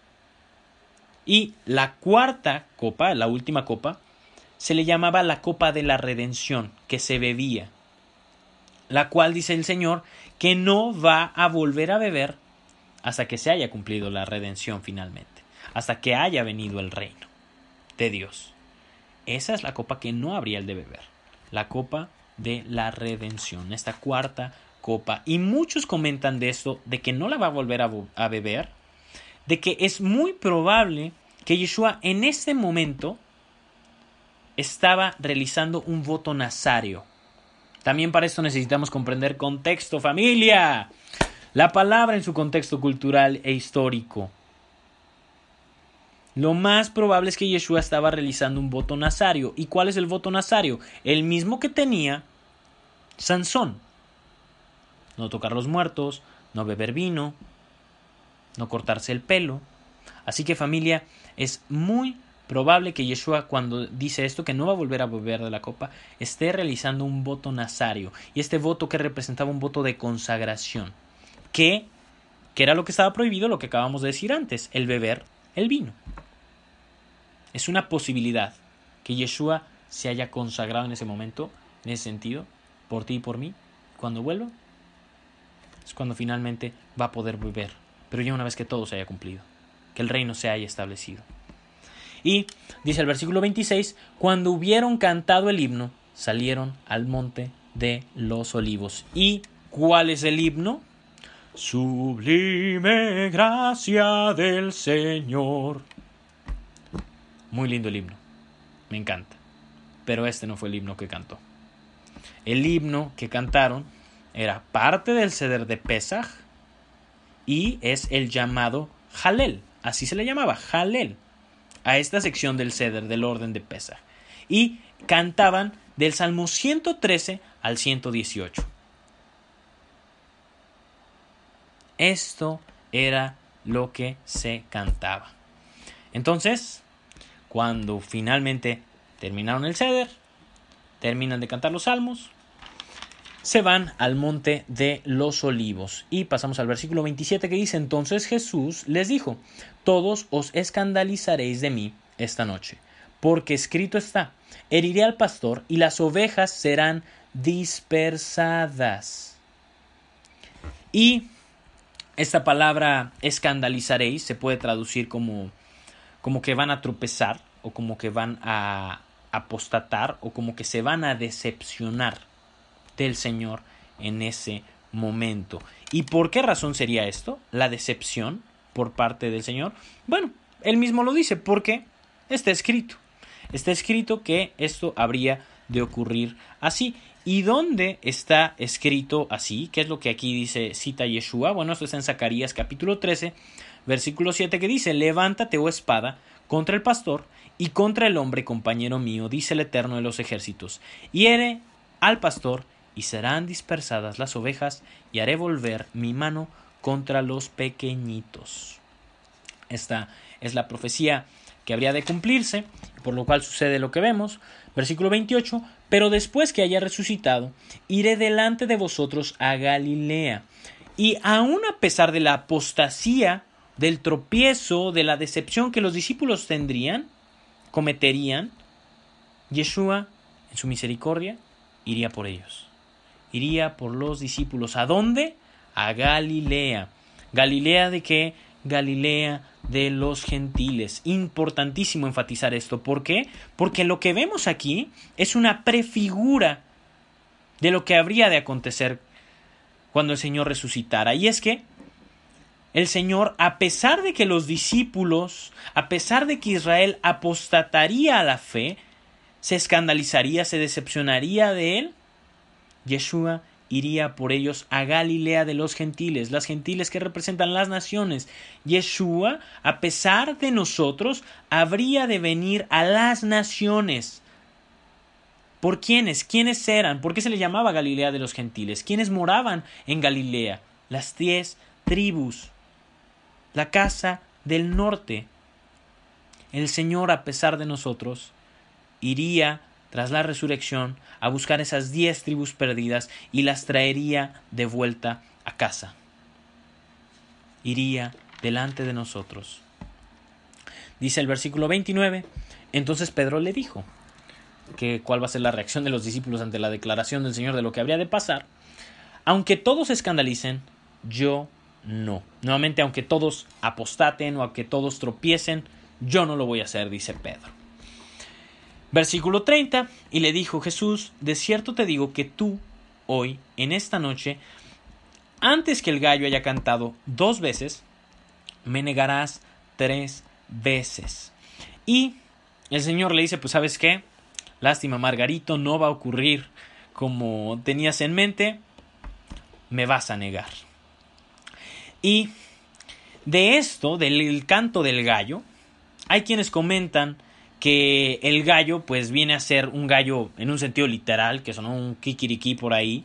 Y la cuarta copa, la última copa, se le llamaba la copa de la redención, que se bebía, la cual dice el Señor que no va a volver a beber hasta que se haya cumplido la redención finalmente, hasta que haya venido el reino de Dios. Esa es la copa que no habría el de beber, la copa de la redención, esta cuarta copa. Y muchos comentan de esto, de que no la va a volver a beber, de que es muy probable que Yeshua en este momento estaba realizando un voto nazario. También para esto necesitamos comprender contexto, familia. La palabra en su contexto cultural e histórico. Lo más probable es que Yeshua estaba realizando un voto nazario. ¿Y cuál es el voto nazario? El mismo que tenía Sansón. No tocar los muertos, no beber vino, no cortarse el pelo. Así que, familia, es muy probable que Yeshua, cuando dice esto, que no va a volver a beber de la copa, esté realizando un voto nazario. Y este voto que representaba un voto de consagración. Que era lo que estaba prohibido, lo que acabamos de decir antes, el beber el vino. Es una posibilidad que Yeshua se haya consagrado en ese momento, en ese sentido, por ti y por mí. Cuando vuelva, es cuando finalmente va a poder volver, pero ya una vez que todo se haya cumplido, que el reino se haya establecido. Y dice el versículo 26, cuando hubieron cantado el himno, salieron al monte de los olivos. ¿Y cuál es el himno? Sublime gracia del Señor. Muy lindo el himno, me encanta. Pero este no fue el himno que cantó. El himno que cantaron era parte del Seder de Pesaj y es el llamado Halel. Así se le llamaba, Halel, a esta sección del Seder, del orden de Pesaj. Y cantaban del Salmo 113 al 118. Esto era lo que se cantaba. Entonces, cuando finalmente terminaron el Seder, terminan de cantar los salmos, se van al monte de los olivos. Y pasamos al versículo 27 que dice, entonces Jesús les dijo, todos os escandalizaréis de mí esta noche, porque escrito está, heriré al pastor y las ovejas serán dispersadas. Y esta palabra escandalizaréis se puede traducir como que van a tropezar, o como que van a apostatar, o como que se van a decepcionar del Señor en ese momento. ¿Y por qué razón sería esto? La decepción por parte del Señor. Bueno, él mismo lo dice, porque está escrito. Está escrito que esto habría de ocurrir así. ¿Y dónde está escrito así? ¿Qué es lo que aquí dice, cita Yeshua? Bueno, esto está en Zacarías capítulo 13, versículo 7, que dice, levántate, oh espada, contra el pastor y contra el hombre compañero mío, dice el Eterno de los ejércitos. Hiere al pastor y serán dispersadas las ovejas, y haré volver mi mano contra los pequeñitos. Esta es la profecía que habría de cumplirse, por lo cual sucede lo que vemos. Versículo 28, pero después que haya resucitado, iré delante de vosotros a Galilea. Y aun a pesar de la apostasía, del tropiezo, de la decepción que los discípulos cometerían, Yeshua, en su misericordia, iría por ellos. Iría por los discípulos. ¿A dónde? A Galilea. ¿Galilea de qué? Galilea de los gentiles. Importantísimo enfatizar esto. ¿Por qué? Porque lo que vemos aquí es una prefigura de lo que habría de acontecer cuando el Señor resucitara. Y es que el Señor, a pesar de que los discípulos, a pesar de que Israel apostataría a la fe, se escandalizaría, se decepcionaría de él, Yeshua iría por ellos a Galilea de los gentiles, las gentiles que representan las naciones. Yeshua, a pesar de nosotros, habría de venir a las naciones. ¿Por quiénes? ¿Quiénes eran? ¿Por qué se le llamaba Galilea de los gentiles? ¿Quiénes moraban en Galilea? Las 10 tribus, la casa del norte. El Señor, a pesar de nosotros, iría tras la resurrección a buscar esas 10 tribus perdidas y las traería de vuelta a casa. Iría delante de nosotros. Dice el versículo 29, entonces Pedro le dijo que cuál va a ser la reacción de los discípulos ante la declaración del Señor de lo que habría de pasar. Aunque todos se escandalicen, yo no. Nuevamente, aunque todos apostaten o aunque todos tropiecen, yo no lo voy a hacer, dice Pedro. Versículo 30, y le dijo Jesús, de cierto te digo que tú, hoy, en esta noche, antes que el gallo haya cantado 2 veces, me negarás 3 veces. Y el Señor le dice, pues ¿sabes qué? Lástima, Margarito, no va a ocurrir como tenías en mente, me vas a negar. Y de esto, del canto del gallo, hay quienes comentan que el gallo pues viene a ser un gallo en un sentido literal, que sonó un kikiriki por ahí,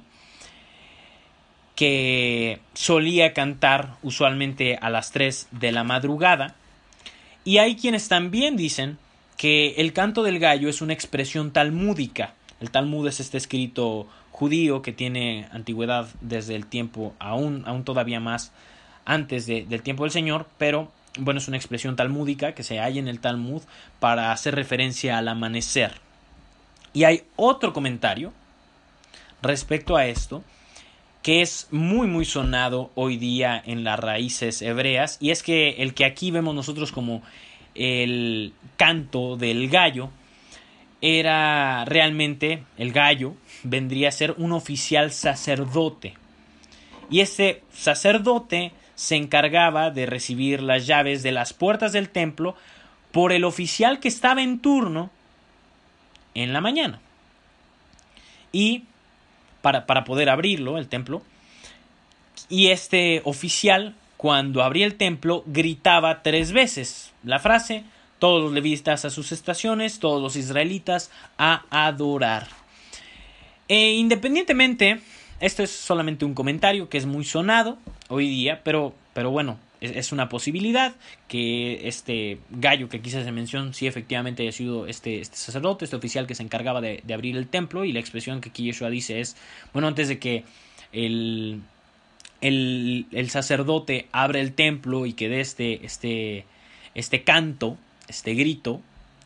que solía cantar usualmente a las 3 de la madrugada. Y hay quienes también dicen que el canto del gallo es una expresión talmúdica. El Talmud es este escrito judío que tiene antigüedad desde el tiempo, aún todavía más antes del tiempo del Señor, pero bueno, es una expresión talmúdica que se halla en el Talmud para hacer referencia al amanecer. Y hay otro comentario respecto a esto que es muy muy sonado hoy día en las raíces hebreas, y es que el que aquí vemos nosotros como el canto del gallo era realmente, el gallo vendría a ser un oficial sacerdote, y este sacerdote se encargaba de recibir las llaves de las puertas del templo por el oficial que estaba en turno en la mañana. Y para poder abrirlo, el templo, y este oficial, cuando abría el templo, gritaba 3 veces la frase: todos los levitas a sus estaciones, todos los israelitas a adorar. Independientemente, esto es solamente un comentario que es muy sonado hoy día, pero bueno, es una posibilidad que este gallo que quizás se menciona sí efectivamente haya sido este sacerdote, este oficial que se encargaba de abrir el templo. Y la expresión que aquí Yeshua dice es, bueno, antes de que el sacerdote abre el templo y que dé este canto, este grito,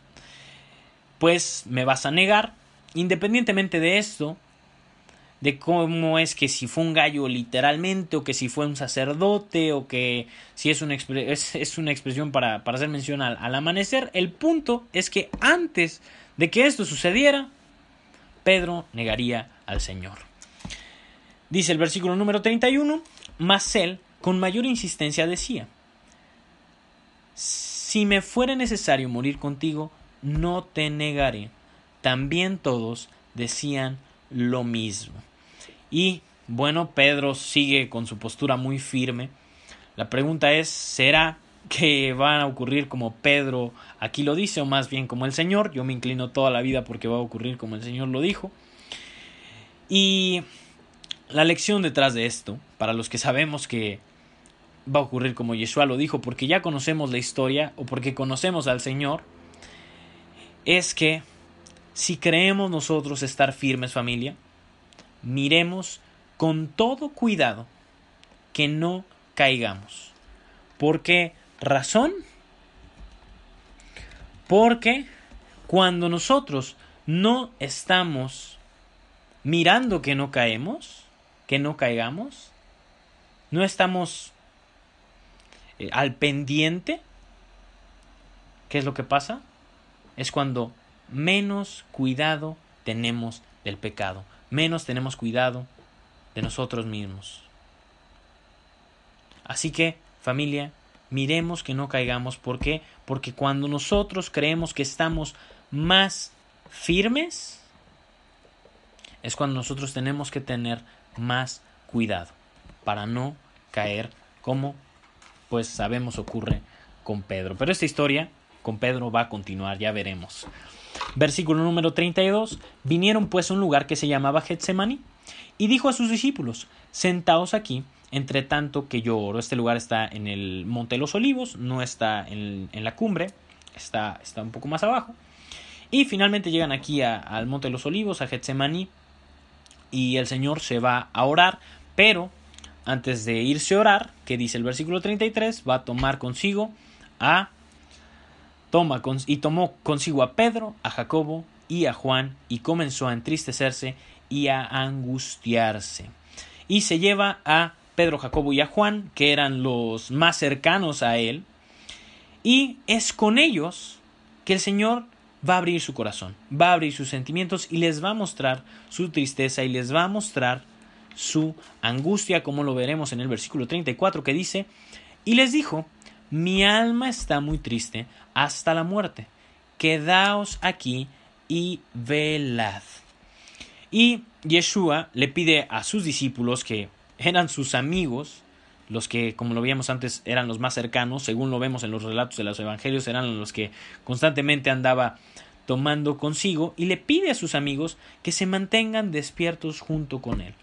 pues me vas a negar. Independientemente de esto, de cómo es que si fue un gallo literalmente, o que si fue un sacerdote, o que si es una expresión para hacer mención al amanecer, el punto es que antes de que esto sucediera, Pedro negaría al Señor. Dice el versículo número 31, mas él con mayor insistencia decía: si me fuera necesario morir contigo, no te negaré. También todos decían lo mismo. Y bueno, Pedro sigue con su postura muy firme. La pregunta es, ¿será que van a ocurrir como Pedro aquí lo dice, o más bien como el Señor? Yo me inclino toda la vida porque va a ocurrir como el Señor lo dijo. Y la lección detrás de esto, para los que sabemos que va a ocurrir como Yeshua lo dijo, porque ya conocemos la historia o porque conocemos al Señor, es que si creemos nosotros estar firmes, familia, miremos con todo cuidado que no caigamos. ¿Por qué razón? Porque cuando nosotros no estamos mirando que no caigamos, no estamos al pendiente, ¿qué es lo que pasa? Es cuando menos cuidado tenemos del pecado, menos tenemos cuidado de nosotros mismos. Así que, familia, miremos que no caigamos. ¿Por qué? Porque cuando nosotros creemos que estamos más firmes, es cuando nosotros tenemos que tener más cuidado para no caer, como pues sabemos ocurre con Pedro. Pero esta historia con Pedro va a continuar, ya veremos. Versículo número 32. Vinieron pues a un lugar que se llamaba Getsemaní, y dijo a sus discípulos: sentaos aquí, entre tanto que yo oro. Este lugar está en el Monte de los Olivos, no está en la cumbre, está un poco más abajo. Y finalmente llegan aquí al Monte de los Olivos, a Getsemaní, y el Señor se va a orar, pero antes de irse a orar, que dice el versículo 33, va a tomar consigo tomó consigo a Pedro, a Jacobo y a Juan, y comenzó a entristecerse y a angustiarse. Y se lleva a Pedro, Jacobo y a Juan, que eran los más cercanos a él, y es con ellos que el Señor va a abrir su corazón, va a abrir sus sentimientos y les va a mostrar su tristeza y les va a mostrar su angustia, como lo veremos en el versículo 34, que dice: y les dijo: mi alma está muy triste hasta la muerte, quedaos aquí y velad. Y Yeshua le pide a sus discípulos, que eran sus amigos, los que, como lo veíamos antes, eran los más cercanos, según lo vemos en los relatos de los evangelios, eran los que constantemente andaba tomando consigo, y le pide a sus amigos que se mantengan despiertos junto con él.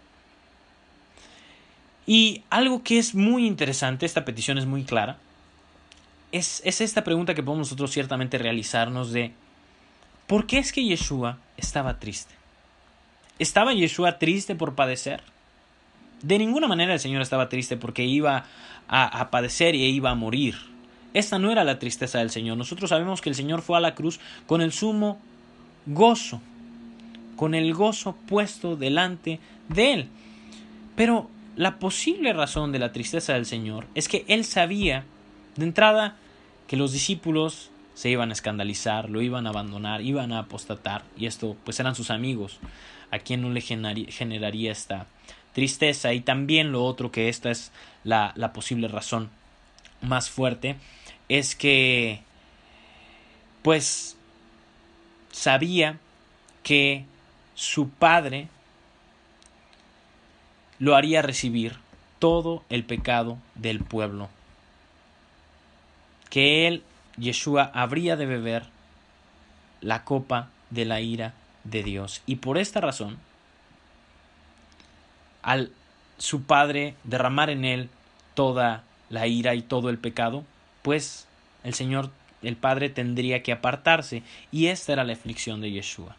Y algo que es muy interesante, esta petición es muy clara, es esta pregunta que podemos nosotros ciertamente realizarnos de ¿por qué es que Yeshua estaba triste? ¿Estaba Yeshua triste por padecer? De ninguna manera el Señor estaba triste porque iba a padecer y iba a morir. Esta no era la tristeza del Señor. Nosotros sabemos que el Señor fue a la cruz con el sumo gozo, con el gozo puesto delante de Él. Pero la posible razón de la tristeza del Señor es que Él sabía de entrada que los discípulos se iban a escandalizar, lo iban a abandonar, iban a apostatar, y esto pues eran sus amigos, a quien no le generaría esta tristeza. Y también lo otro, que esta es la posible razón más fuerte, es que pues sabía que su padre lo haría recibir todo el pecado del pueblo, que él, Yeshua, habría de beber la copa de la ira de Dios. Y por esta razón, al su padre derramar en él toda la ira y todo el pecado, pues el Señor, el Padre, tendría que apartarse, y esta era la aflicción de Yeshua.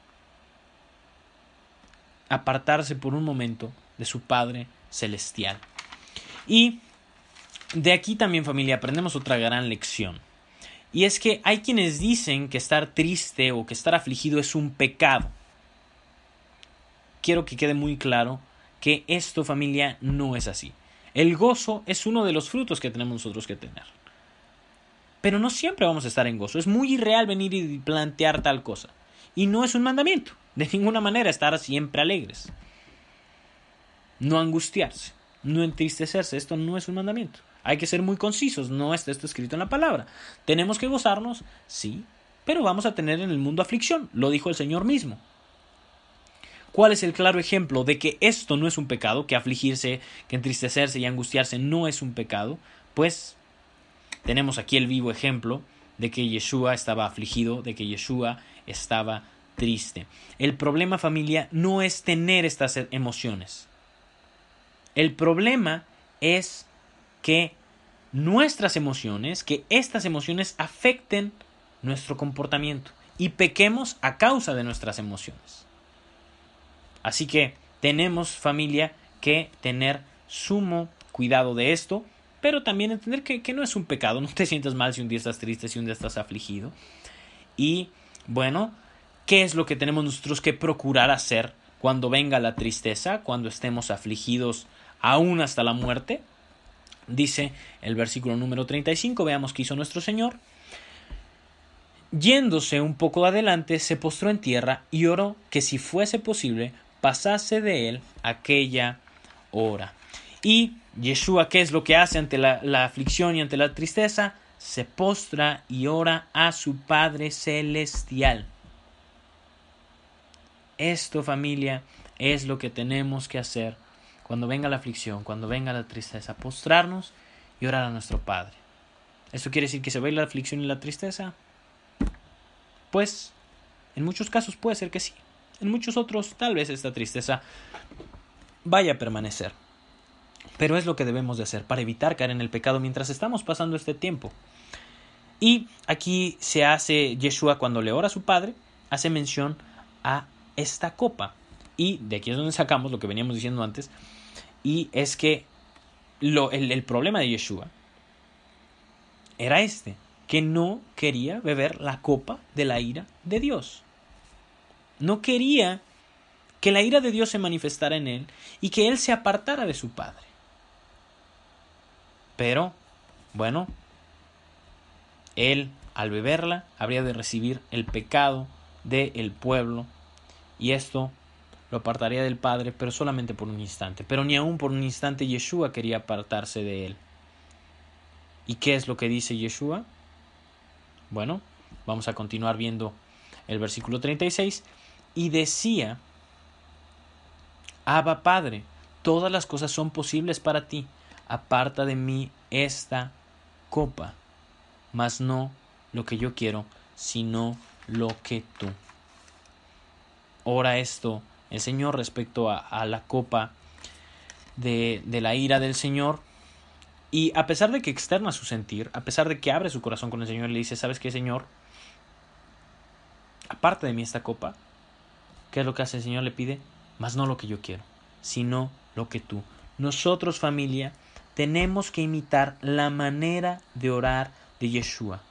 Apartarse por un momento de su Padre celestial. Y de aquí también, familia, aprendemos otra gran lección. Y es que hay quienes dicen que estar triste o que estar afligido es un pecado. Quiero que quede muy claro que esto, familia, no es así. El gozo es uno de los frutos que tenemos nosotros que tener. Pero no siempre vamos a estar en gozo. Es muy irreal venir y plantear tal cosa. Y no es un mandamiento. De ninguna manera estar siempre alegres. No angustiarse. No entristecerse. Esto no es un mandamiento. Hay que ser muy concisos. No está esto escrito en la palabra. Tenemos que gozarnos, sí, pero vamos a tener en el mundo aflicción. Lo dijo el Señor mismo. ¿Cuál es el claro ejemplo de que esto no es un pecado? Que afligirse, que entristecerse y angustiarse no es un pecado. Pues tenemos aquí el vivo ejemplo de que Yeshua estaba afligido, de que Yeshua estaba triste. El problema, familia, no es tener estas emociones. El problema es que nuestras emociones, que estas emociones afecten nuestro comportamiento y pequemos a causa de nuestras emociones. Así que tenemos, familia, que tener sumo cuidado de esto, pero también entender que no es un pecado. No te sientas mal si un día estás triste, si un día estás afligido. Y bueno, ¿qué es lo que tenemos nosotros que procurar hacer cuando venga la tristeza, cuando estemos afligidos aún hasta la muerte? Dice el versículo número 35, veamos qué hizo nuestro Señor. Yéndose un poco adelante, se postró en tierra y oró que si fuese posible pasase de él aquella hora. Y Yeshua, ¿qué es lo que hace ante la aflicción y ante la tristeza? Se postra y ora a su Padre celestial. Esto, familia, es lo que tenemos que hacer cuando venga la aflicción, cuando venga la tristeza, postrarnos y orar a nuestro Padre. ¿Esto quiere decir que se va a ir la aflicción y la tristeza? Pues, en muchos casos puede ser que sí. En muchos otros, tal vez esta tristeza vaya a permanecer. Pero es lo que debemos de hacer para evitar caer en el pecado mientras estamos pasando este tiempo. Y aquí se hace, Yeshua, cuando le ora a su Padre, hace mención a esta copa. Y de aquí es donde sacamos lo que veníamos diciendo antes. Y es que el problema de Yeshua era que no quería beber la copa de la ira de Dios. No quería que la ira de Dios se manifestara en él y que él se apartara de su Padre. Pero, bueno, él al beberla habría de recibir el pecado del pueblo, y esto lo apartaría del Padre, pero solamente por un instante. Pero ni aún por un instante Yeshua quería apartarse de él. ¿Y qué es lo que dice Yeshua? Bueno, vamos a continuar viendo el versículo 36. Y decía: Abba, Padre, todas las cosas son posibles para ti. Aparta de mí esta copa, mas no lo que yo quiero, sino lo que tú. Ora esto el Señor respecto a la copa de la ira del Señor. Y a pesar de que externa su sentir, a pesar de que abre su corazón con el Señor y le dice: ¿sabes qué, Señor? Aparta de mí esta copa. ¿Qué es lo que hace el Señor? Le pide: mas no lo que yo quiero, sino lo que tú. Nosotros, familia, tenemos que imitar la manera de orar de Yeshua.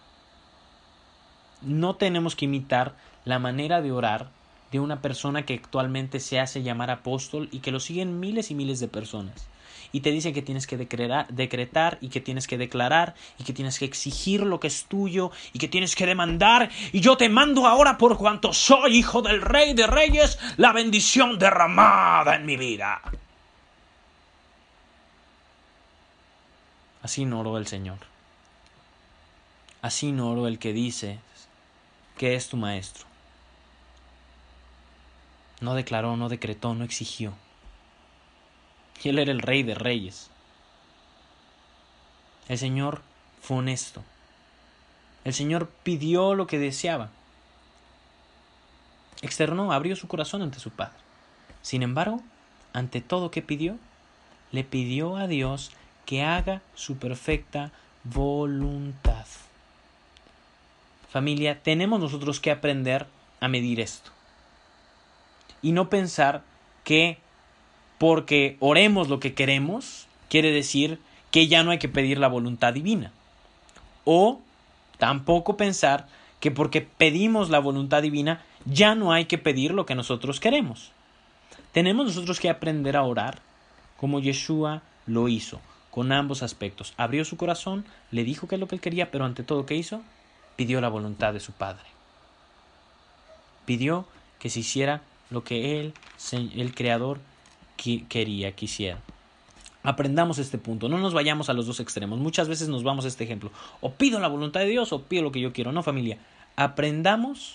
No tenemos que imitar la manera de orar de una persona que actualmente se hace llamar apóstol y que lo siguen miles y miles de personas. Y te dicen que tienes que decretar y que tienes que declarar y que tienes que exigir lo que es tuyo y que tienes que demandar. Y yo te mando ahora, por cuanto soy hijo del Rey de Reyes, la bendición derramada en mi vida. Así no oró el Señor. Así no oró el que dice que es tu maestro. No declaró, no decretó, no exigió. Y Él era el Rey de Reyes. El Señor fue honesto. El Señor pidió lo que deseaba. Externó, abrió su corazón ante su Padre. Sin embargo, ante todo que pidió, le pidió a Dios que haga su perfecta voluntad. Familia, tenemos nosotros que aprender a medir esto. Y no pensar que porque oremos lo que queremos, quiere decir que ya no hay que pedir la voluntad divina. O tampoco pensar que porque pedimos la voluntad divina, ya no hay que pedir lo que nosotros queremos. Tenemos nosotros que aprender a orar como Yeshua lo hizo, con ambos aspectos. Abrió su corazón, le dijo que es lo que él quería, pero ante todo, ¿qué hizo? Pidió la voluntad de su Padre. Pidió que se hiciera lo que él, el Creador, quería que hiciera. Aprendamos este punto, no nos vayamos a los dos extremos. Muchas veces nos vamos a este ejemplo: o pido la voluntad de Dios o pido lo que yo quiero. No, familia, aprendamos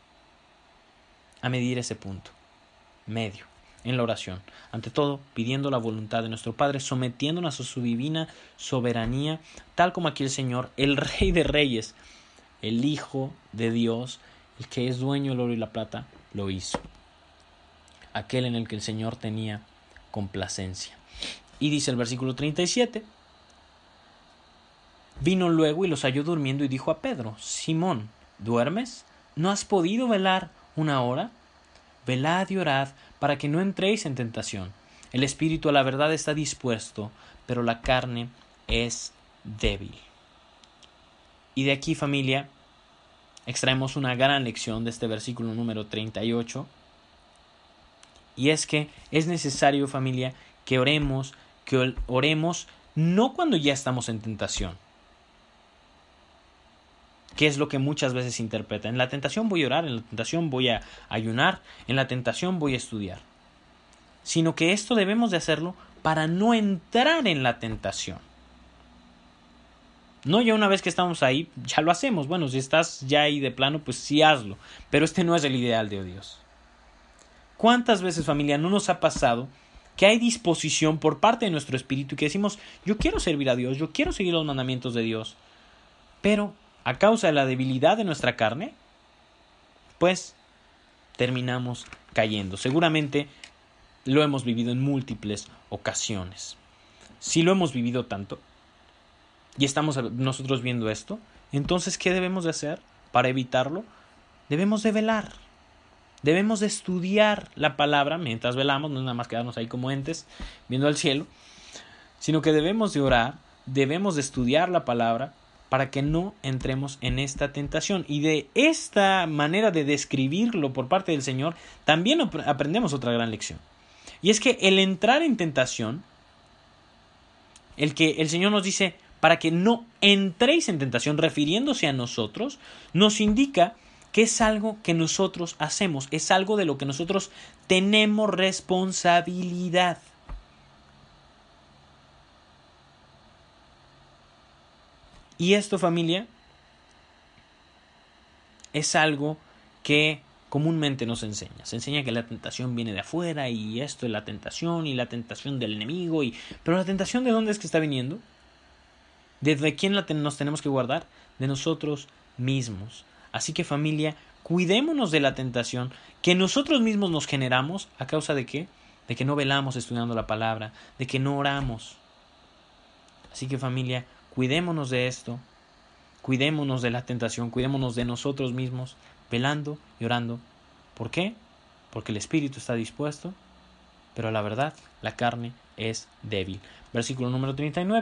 a medir ese punto medio en la oración, ante todo pidiendo la voluntad de nuestro Padre, sometiéndonos a su divina soberanía, tal como aquí el Señor, el Rey de Reyes, el Hijo de Dios, el que es dueño del oro y la plata, lo hizo. Aquel en el que el Señor tenía complacencia. Y dice el versículo 37: vino luego y los halló durmiendo y dijo a Pedro: Simón, ¿duermes? ¿No has podido velar una hora? Velad y orad para que no entréis en tentación. El espíritu a la verdad está dispuesto, pero la carne es débil. Y de aquí, familia, extraemos una gran lección de este versículo número 38. Y es que es necesario, familia, que oremos no cuando ya estamos en tentación, que es lo que muchas veces se interpreta. En la tentación voy a orar, en la tentación voy a ayunar, en la tentación voy a estudiar. Sino que esto debemos de hacerlo para no entrar en la tentación. No ya una vez que estamos ahí, ya lo hacemos. Bueno, si estás ya ahí de plano, pues sí hazlo. Pero este no es el ideal de Dios. ¿Cuántas veces, familia, no nos ha pasado que hay disposición por parte de nuestro espíritu y que decimos: yo quiero servir a Dios, yo quiero seguir los mandamientos de Dios, pero a causa de la debilidad de nuestra carne, pues terminamos cayendo? Seguramente lo hemos vivido en múltiples ocasiones. Si lo hemos vivido tanto y estamos nosotros viendo esto, entonces ¿qué debemos de hacer para evitarlo? Debemos de velar. Debemos de estudiar la palabra mientras velamos, no es nada más quedarnos ahí como entes viendo al cielo, sino que debemos de orar, debemos de estudiar la palabra para que no entremos en esta tentación. Y de esta manera de describirlo por parte del Señor, también aprendemos otra gran lección. Y es que el entrar en tentación, el que el Señor nos dice para que no entréis en tentación, refiriéndose a nosotros, nos indica que es algo que nosotros hacemos, es algo de lo que nosotros tenemos responsabilidad. Y esto, familia, es algo que comúnmente nos enseña. Se enseña que la tentación viene de afuera y esto es la tentación y la tentación del enemigo. Pero la tentación, ¿de dónde es que está viniendo? ¿De quién nos tenemos que guardar? De nosotros mismos. Así que, familia, cuidémonos de la tentación que nosotros mismos nos generamos. ¿A causa de qué? De que no velamos estudiando la palabra, de que no oramos. Así que, familia, cuidémonos de esto, cuidémonos de la tentación, cuidémonos de nosotros mismos, velando y orando. ¿Por qué? Porque el espíritu está dispuesto, pero la verdad, la carne es débil. Versículo número 39.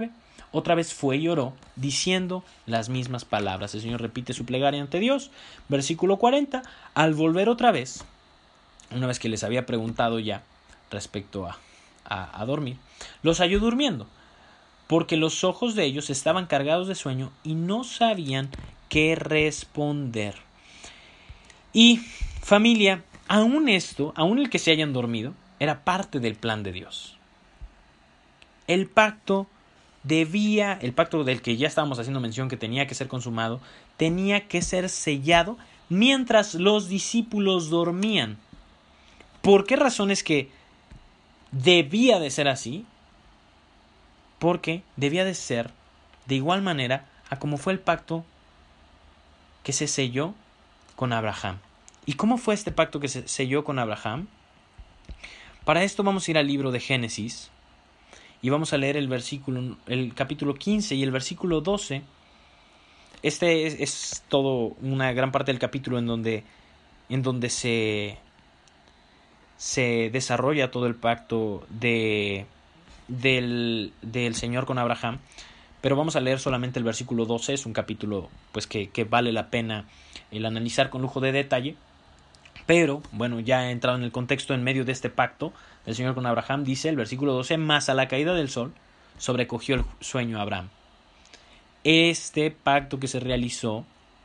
otra vez fue y oró, diciendo las mismas palabras. El Señor repite su plegaria ante Dios. Versículo 40. Al volver otra vez, una vez que les había preguntado ya respecto a dormir, los halló durmiendo, porque los ojos de ellos estaban cargados de sueño y no sabían qué responder. Y familia, aún esto, aún el que se hayan dormido, era parte del plan de Dios. El pacto del que ya estábamos haciendo mención que tenía que ser consumado, tenía que ser sellado mientras los discípulos dormían. ¿Por qué razón es que debía de ser así? Porque debía de ser de igual manera a como fue el pacto que se selló con Abraham. ¿Y cómo fue este pacto que se selló con Abraham? Para esto vamos a ir al libro de Génesis y vamos a leer el capítulo 15 y el versículo 12. Este es todo una gran parte del capítulo en donde se desarrolla todo el pacto del Señor con Abraham. Pero vamos a leer solamente el versículo 12. Es un capítulo pues que vale la pena el analizar con lujo de detalle. Pero, bueno, ya he entrado en el contexto en medio de este pacto del Señor con Abraham, dice el versículo 12, mas a la caída del sol sobrecogió el sueño a Abraham. Este pacto que se realizó,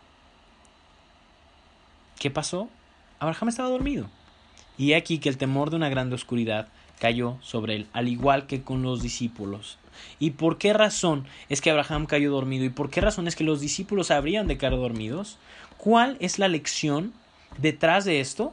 ¿qué pasó? Abraham estaba dormido. Y he aquí que el temor de una grande oscuridad cayó sobre él, al igual que con los discípulos. ¿Y por qué razón es que Abraham cayó dormido? ¿Y por qué razón es que los discípulos habrían de caer dormidos? ¿Cuál es la lección detrás de esto?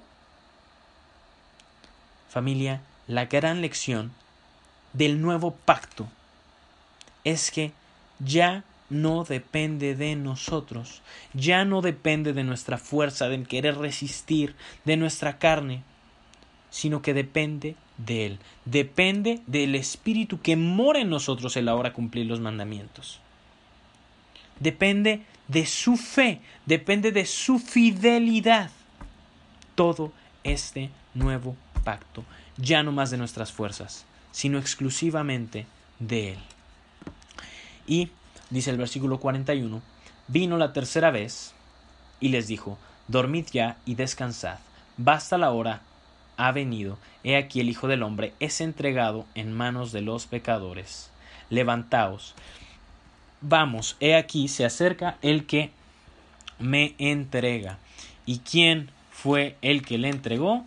Familia, la gran lección del nuevo pacto es que ya no depende de nosotros, ya no depende de nuestra fuerza, de querer resistir, de nuestra carne, sino que depende de Él, depende del Espíritu que mora en nosotros el ahora cumplir los mandamientos. Depende de su fe, depende de su fidelidad. Todo este nuevo pacto, ya no más de nuestras fuerzas, sino exclusivamente de Él. Y dice el versículo 41, vino la tercera vez y les dijo, dormid ya y descansad, basta la hora, ha venido, he aquí el Hijo del Hombre es entregado en manos de los pecadores, levantaos, vamos, he aquí se acerca el que me entrega. ¿Y quién fue el que le entregó?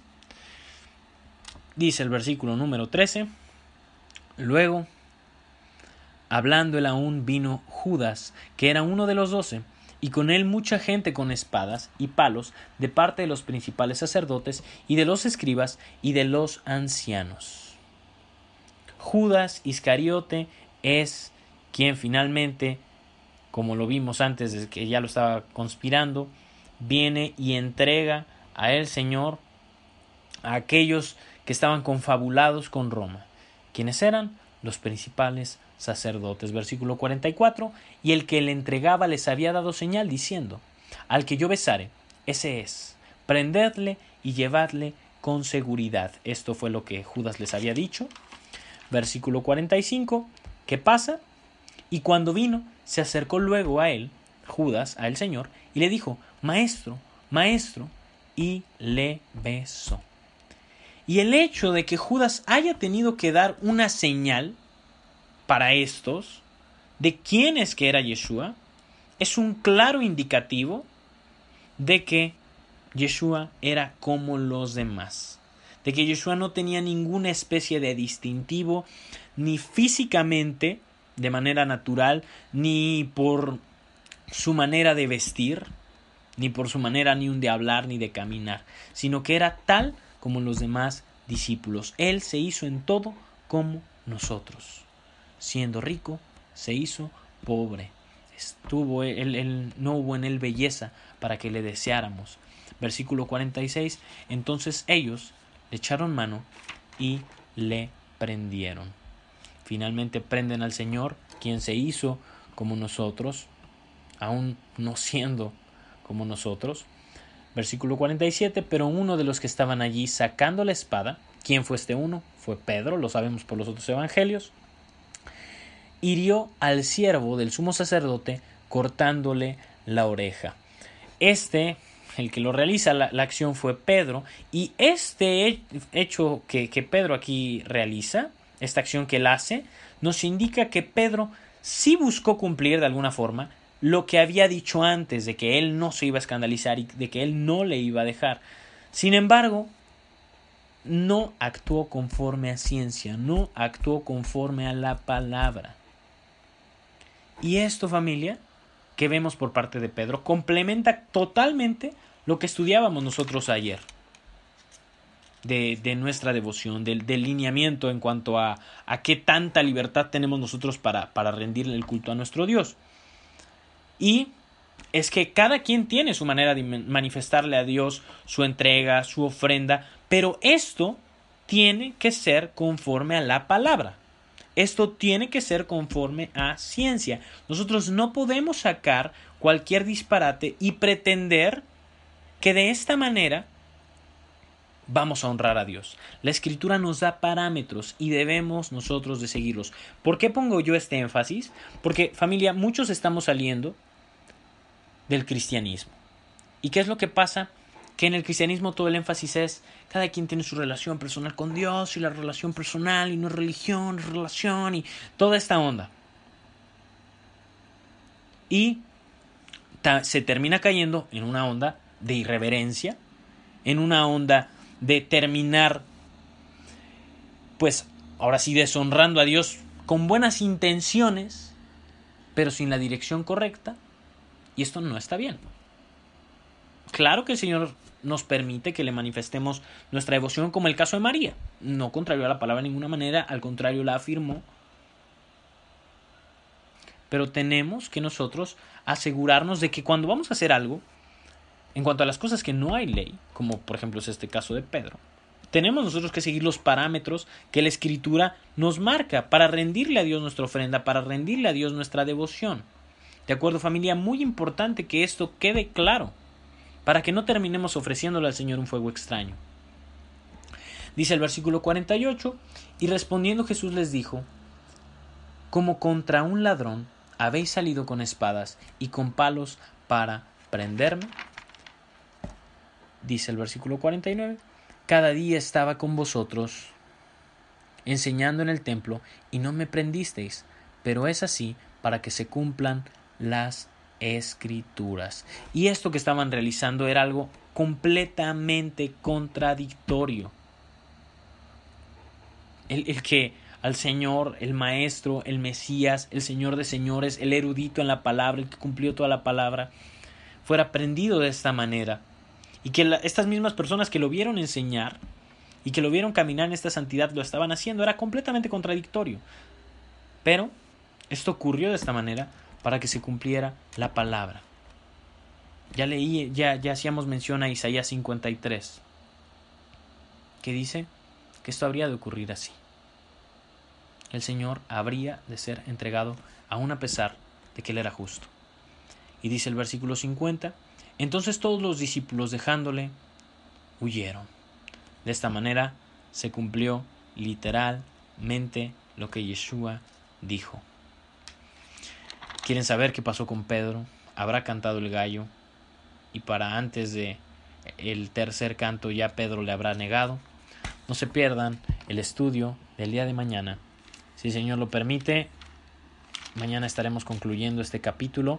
Dice el versículo número 13, luego, hablando él aún, vino Judas, que era uno de los 12, y con él mucha gente con espadas y palos, de parte de los principales sacerdotes, y de los escribas, y de los ancianos. Judas Iscariote es quien finalmente, como lo vimos antes de que ya lo estaba conspirando, viene y entrega a el Señor a aquellos que estaban confabulados con Roma. ¿Quiénes eran? Los principales sacerdotes. Versículo 44. Y el que le entregaba les había dado señal diciendo, al que yo besare, ese es, prendedle y llevadle con seguridad. Esto fue lo que Judas les había dicho. Versículo 45. ¿Qué pasa? Y cuando vino, se acercó luego a él, Judas, a el Señor, y le dijo, Maestro, Maestro, y le besó. Y el hecho de que Judas haya tenido que dar una señal para estos de quién es que era Yeshua, es un claro indicativo de que Yeshua era como los demás, de que Yeshua no tenía ninguna especie de distintivo, ni físicamente, de manera natural, ni por su manera de vestir, ni por su manera ni de hablar ni de caminar, sino que era tal como los demás discípulos. Él se hizo en todo como nosotros. Siendo rico, se hizo pobre. No hubo en él belleza para que le deseáramos. Versículo 46. Entonces ellos le echaron mano y le prendieron. Finalmente prenden al Señor, quien se hizo como nosotros, aún no siendo como nosotros. Versículo 47, pero uno de los que estaban allí sacando la espada, ¿quién fue este uno? Fue Pedro, lo sabemos por los otros evangelios. hirió al siervo del sumo sacerdote cortándole la oreja. El que lo realiza la acción fue Pedro, y este hecho que Pedro aquí realiza, esta acción que él hace, nos indica que Pedro sí buscó cumplir de alguna forma lo que había dicho antes, de que él no se iba a escandalizar y de que él no le iba a dejar. Sin embargo, no actuó conforme a ciencia, no actuó conforme a la palabra. Y esto, familia, que vemos por parte de Pedro, complementa totalmente lo que estudiábamos nosotros ayer de nuestra devoción, del lineamiento en cuanto a qué tanta libertad tenemos nosotros para rendirle el culto a nuestro Dios. Y es que cada quien tiene su manera de manifestarle a Dios su entrega, su ofrenda, pero esto tiene que ser conforme a la palabra. Esto tiene que ser conforme a ciencia. Nosotros no podemos sacar cualquier disparate y pretender que de esta manera vamos a honrar a Dios. La Escritura nos da parámetros y debemos nosotros de seguirlos. ¿Por qué pongo yo este énfasis? Porque, familia, muchos estamos saliendo del cristianismo. ¿Y qué es lo que pasa? Que en el cristianismo todo el énfasis es cada quien tiene su relación personal con Dios, y la relación personal, y no es religión, es relación, y toda esta onda. Y se termina cayendo en una onda de irreverencia, en una onda de terminar, pues ahora sí, deshonrando a Dios con buenas intenciones, pero sin la dirección correcta, y esto no está bien. Claro que el Señor nos permite que le manifestemos nuestra devoción, como el caso de María. No contrarió a la palabra de ninguna manera, al contrario la afirmó. Pero tenemos que nosotros asegurarnos de que cuando vamos a hacer algo, en cuanto a las cosas que no hay ley, como por ejemplo es este caso de Pedro, tenemos nosotros que seguir los parámetros que la Escritura nos marca para rendirle a Dios nuestra ofrenda, para rendirle a Dios nuestra devoción. ¿De acuerdo, familia? Muy importante que esto quede claro, para que no terminemos ofreciéndole al Señor un fuego extraño. Dice el versículo 48, y respondiendo Jesús les dijo, como contra un ladrón habéis salido con espadas y con palos para prenderme. Dice el versículo 49, cada día estaba con vosotros enseñando en el templo y no me prendisteis, pero es así para que se cumplan las Escrituras. Y esto que estaban realizando era algo completamente contradictorio. El que al Señor, el Maestro, el Mesías, el Señor de señores, el erudito en la palabra, el que cumplió toda la palabra, fuera prendido de esta manera. Y que estas mismas personas que lo vieron enseñar y que lo vieron caminar en esta santidad lo estaban haciendo, era completamente contradictorio. Pero esto ocurrió de esta manera para que se cumpliera la palabra. Ya hacíamos mención a Isaías 53, que dice que esto habría de ocurrir así. El Señor habría de ser entregado aún a pesar de que Él era justo. Y dice el versículo 50, entonces todos los discípulos dejándole, huyeron. De esta manera se cumplió literalmente lo que Yeshua dijo. ¿Quieren saber qué pasó con Pedro? Habrá cantado el gallo y para antes de el tercer canto ya Pedro le habrá negado. No se pierdan el estudio del día de mañana. Si el Señor lo permite, mañana estaremos concluyendo este capítulo.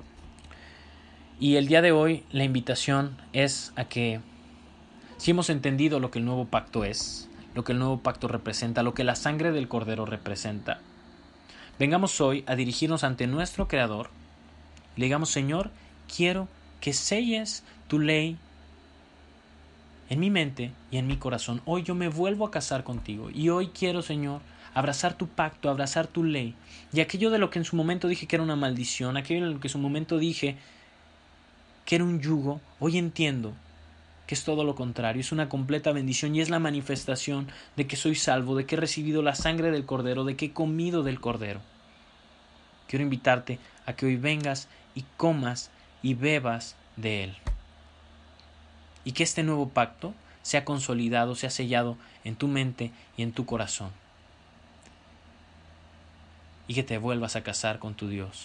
Y el día de hoy la invitación es a que, si hemos entendido lo que el nuevo pacto es, lo que el nuevo pacto representa, lo que la sangre del Cordero representa, vengamos hoy a dirigirnos ante nuestro Creador. Le digamos, Señor, quiero que selles tu ley en mi mente y en mi corazón. Hoy yo me vuelvo a casar contigo y hoy quiero, Señor, abrazar tu pacto, abrazar tu ley. Y aquello de lo que en su momento dije que era una maldición, aquello de lo que en su momento dije que era un yugo, hoy entiendo que es todo lo contrario, es una completa bendición y es la manifestación de que soy salvo, de que he recibido la sangre del Cordero, de que he comido del Cordero. Quiero invitarte a que hoy vengas y comas y bebas de Él. Y que este nuevo pacto sea consolidado, sea sellado en tu mente y en tu corazón. y que te vuelvas a casar con tu Dios.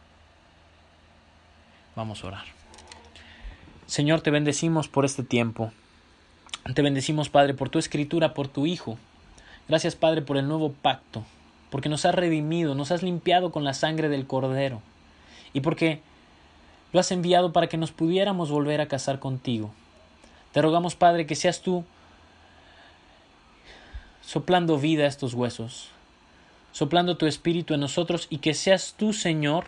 Vamos a orar. Señor, te bendecimos por este tiempo. Te bendecimos, Padre, por tu escritura, por tu Hijo. Gracias, Padre, por el nuevo pacto, porque nos has redimido, nos has limpiado con la sangre del Cordero, y porque lo has enviado para que nos pudiéramos volver a casar contigo. Te rogamos, Padre, que seas tú soplando vida a estos huesos, soplando tu espíritu en nosotros, y que seas tú, Señor,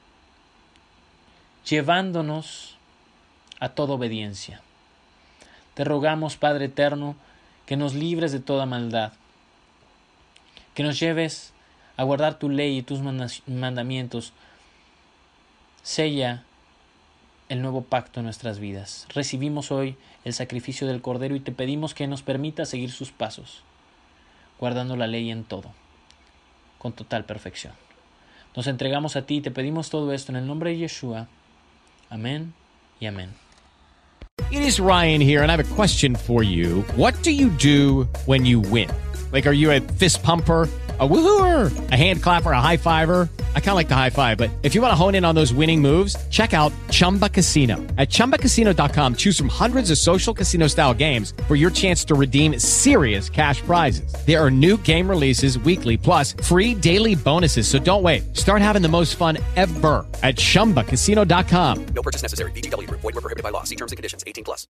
llevándonos a toda obediencia. Te rogamos, Padre eterno, que nos libres de toda maldad, que nos lleves a guardar tu ley y tus mandamientos. Sella el nuevo pacto en nuestras vidas. Recibimos hoy el sacrificio del Cordero y te pedimos que nos permita seguir sus pasos, guardando la ley en todo, con total perfección. Nos entregamos a ti y te pedimos todo esto en el nombre de Yeshua. Amén y amén. It is Ryan here, and I have a question for you. What do you do when you win? Like, are you a fist pumper, a woohooer, a hand clapper, a high fiver? I kind of like the high five, but if you want to hone in on those winning moves, check out Chumba Casino. At ChumbaCasino.com, choose from hundreds of social casino-style games for your chance to redeem serious cash prizes. There are new game releases weekly, plus free daily bonuses, so don't wait. Start having the most fun ever at ChumbaCasino.com. No purchase necessary. VGW Group. Void where prohibited by law. See terms and conditions. 18+.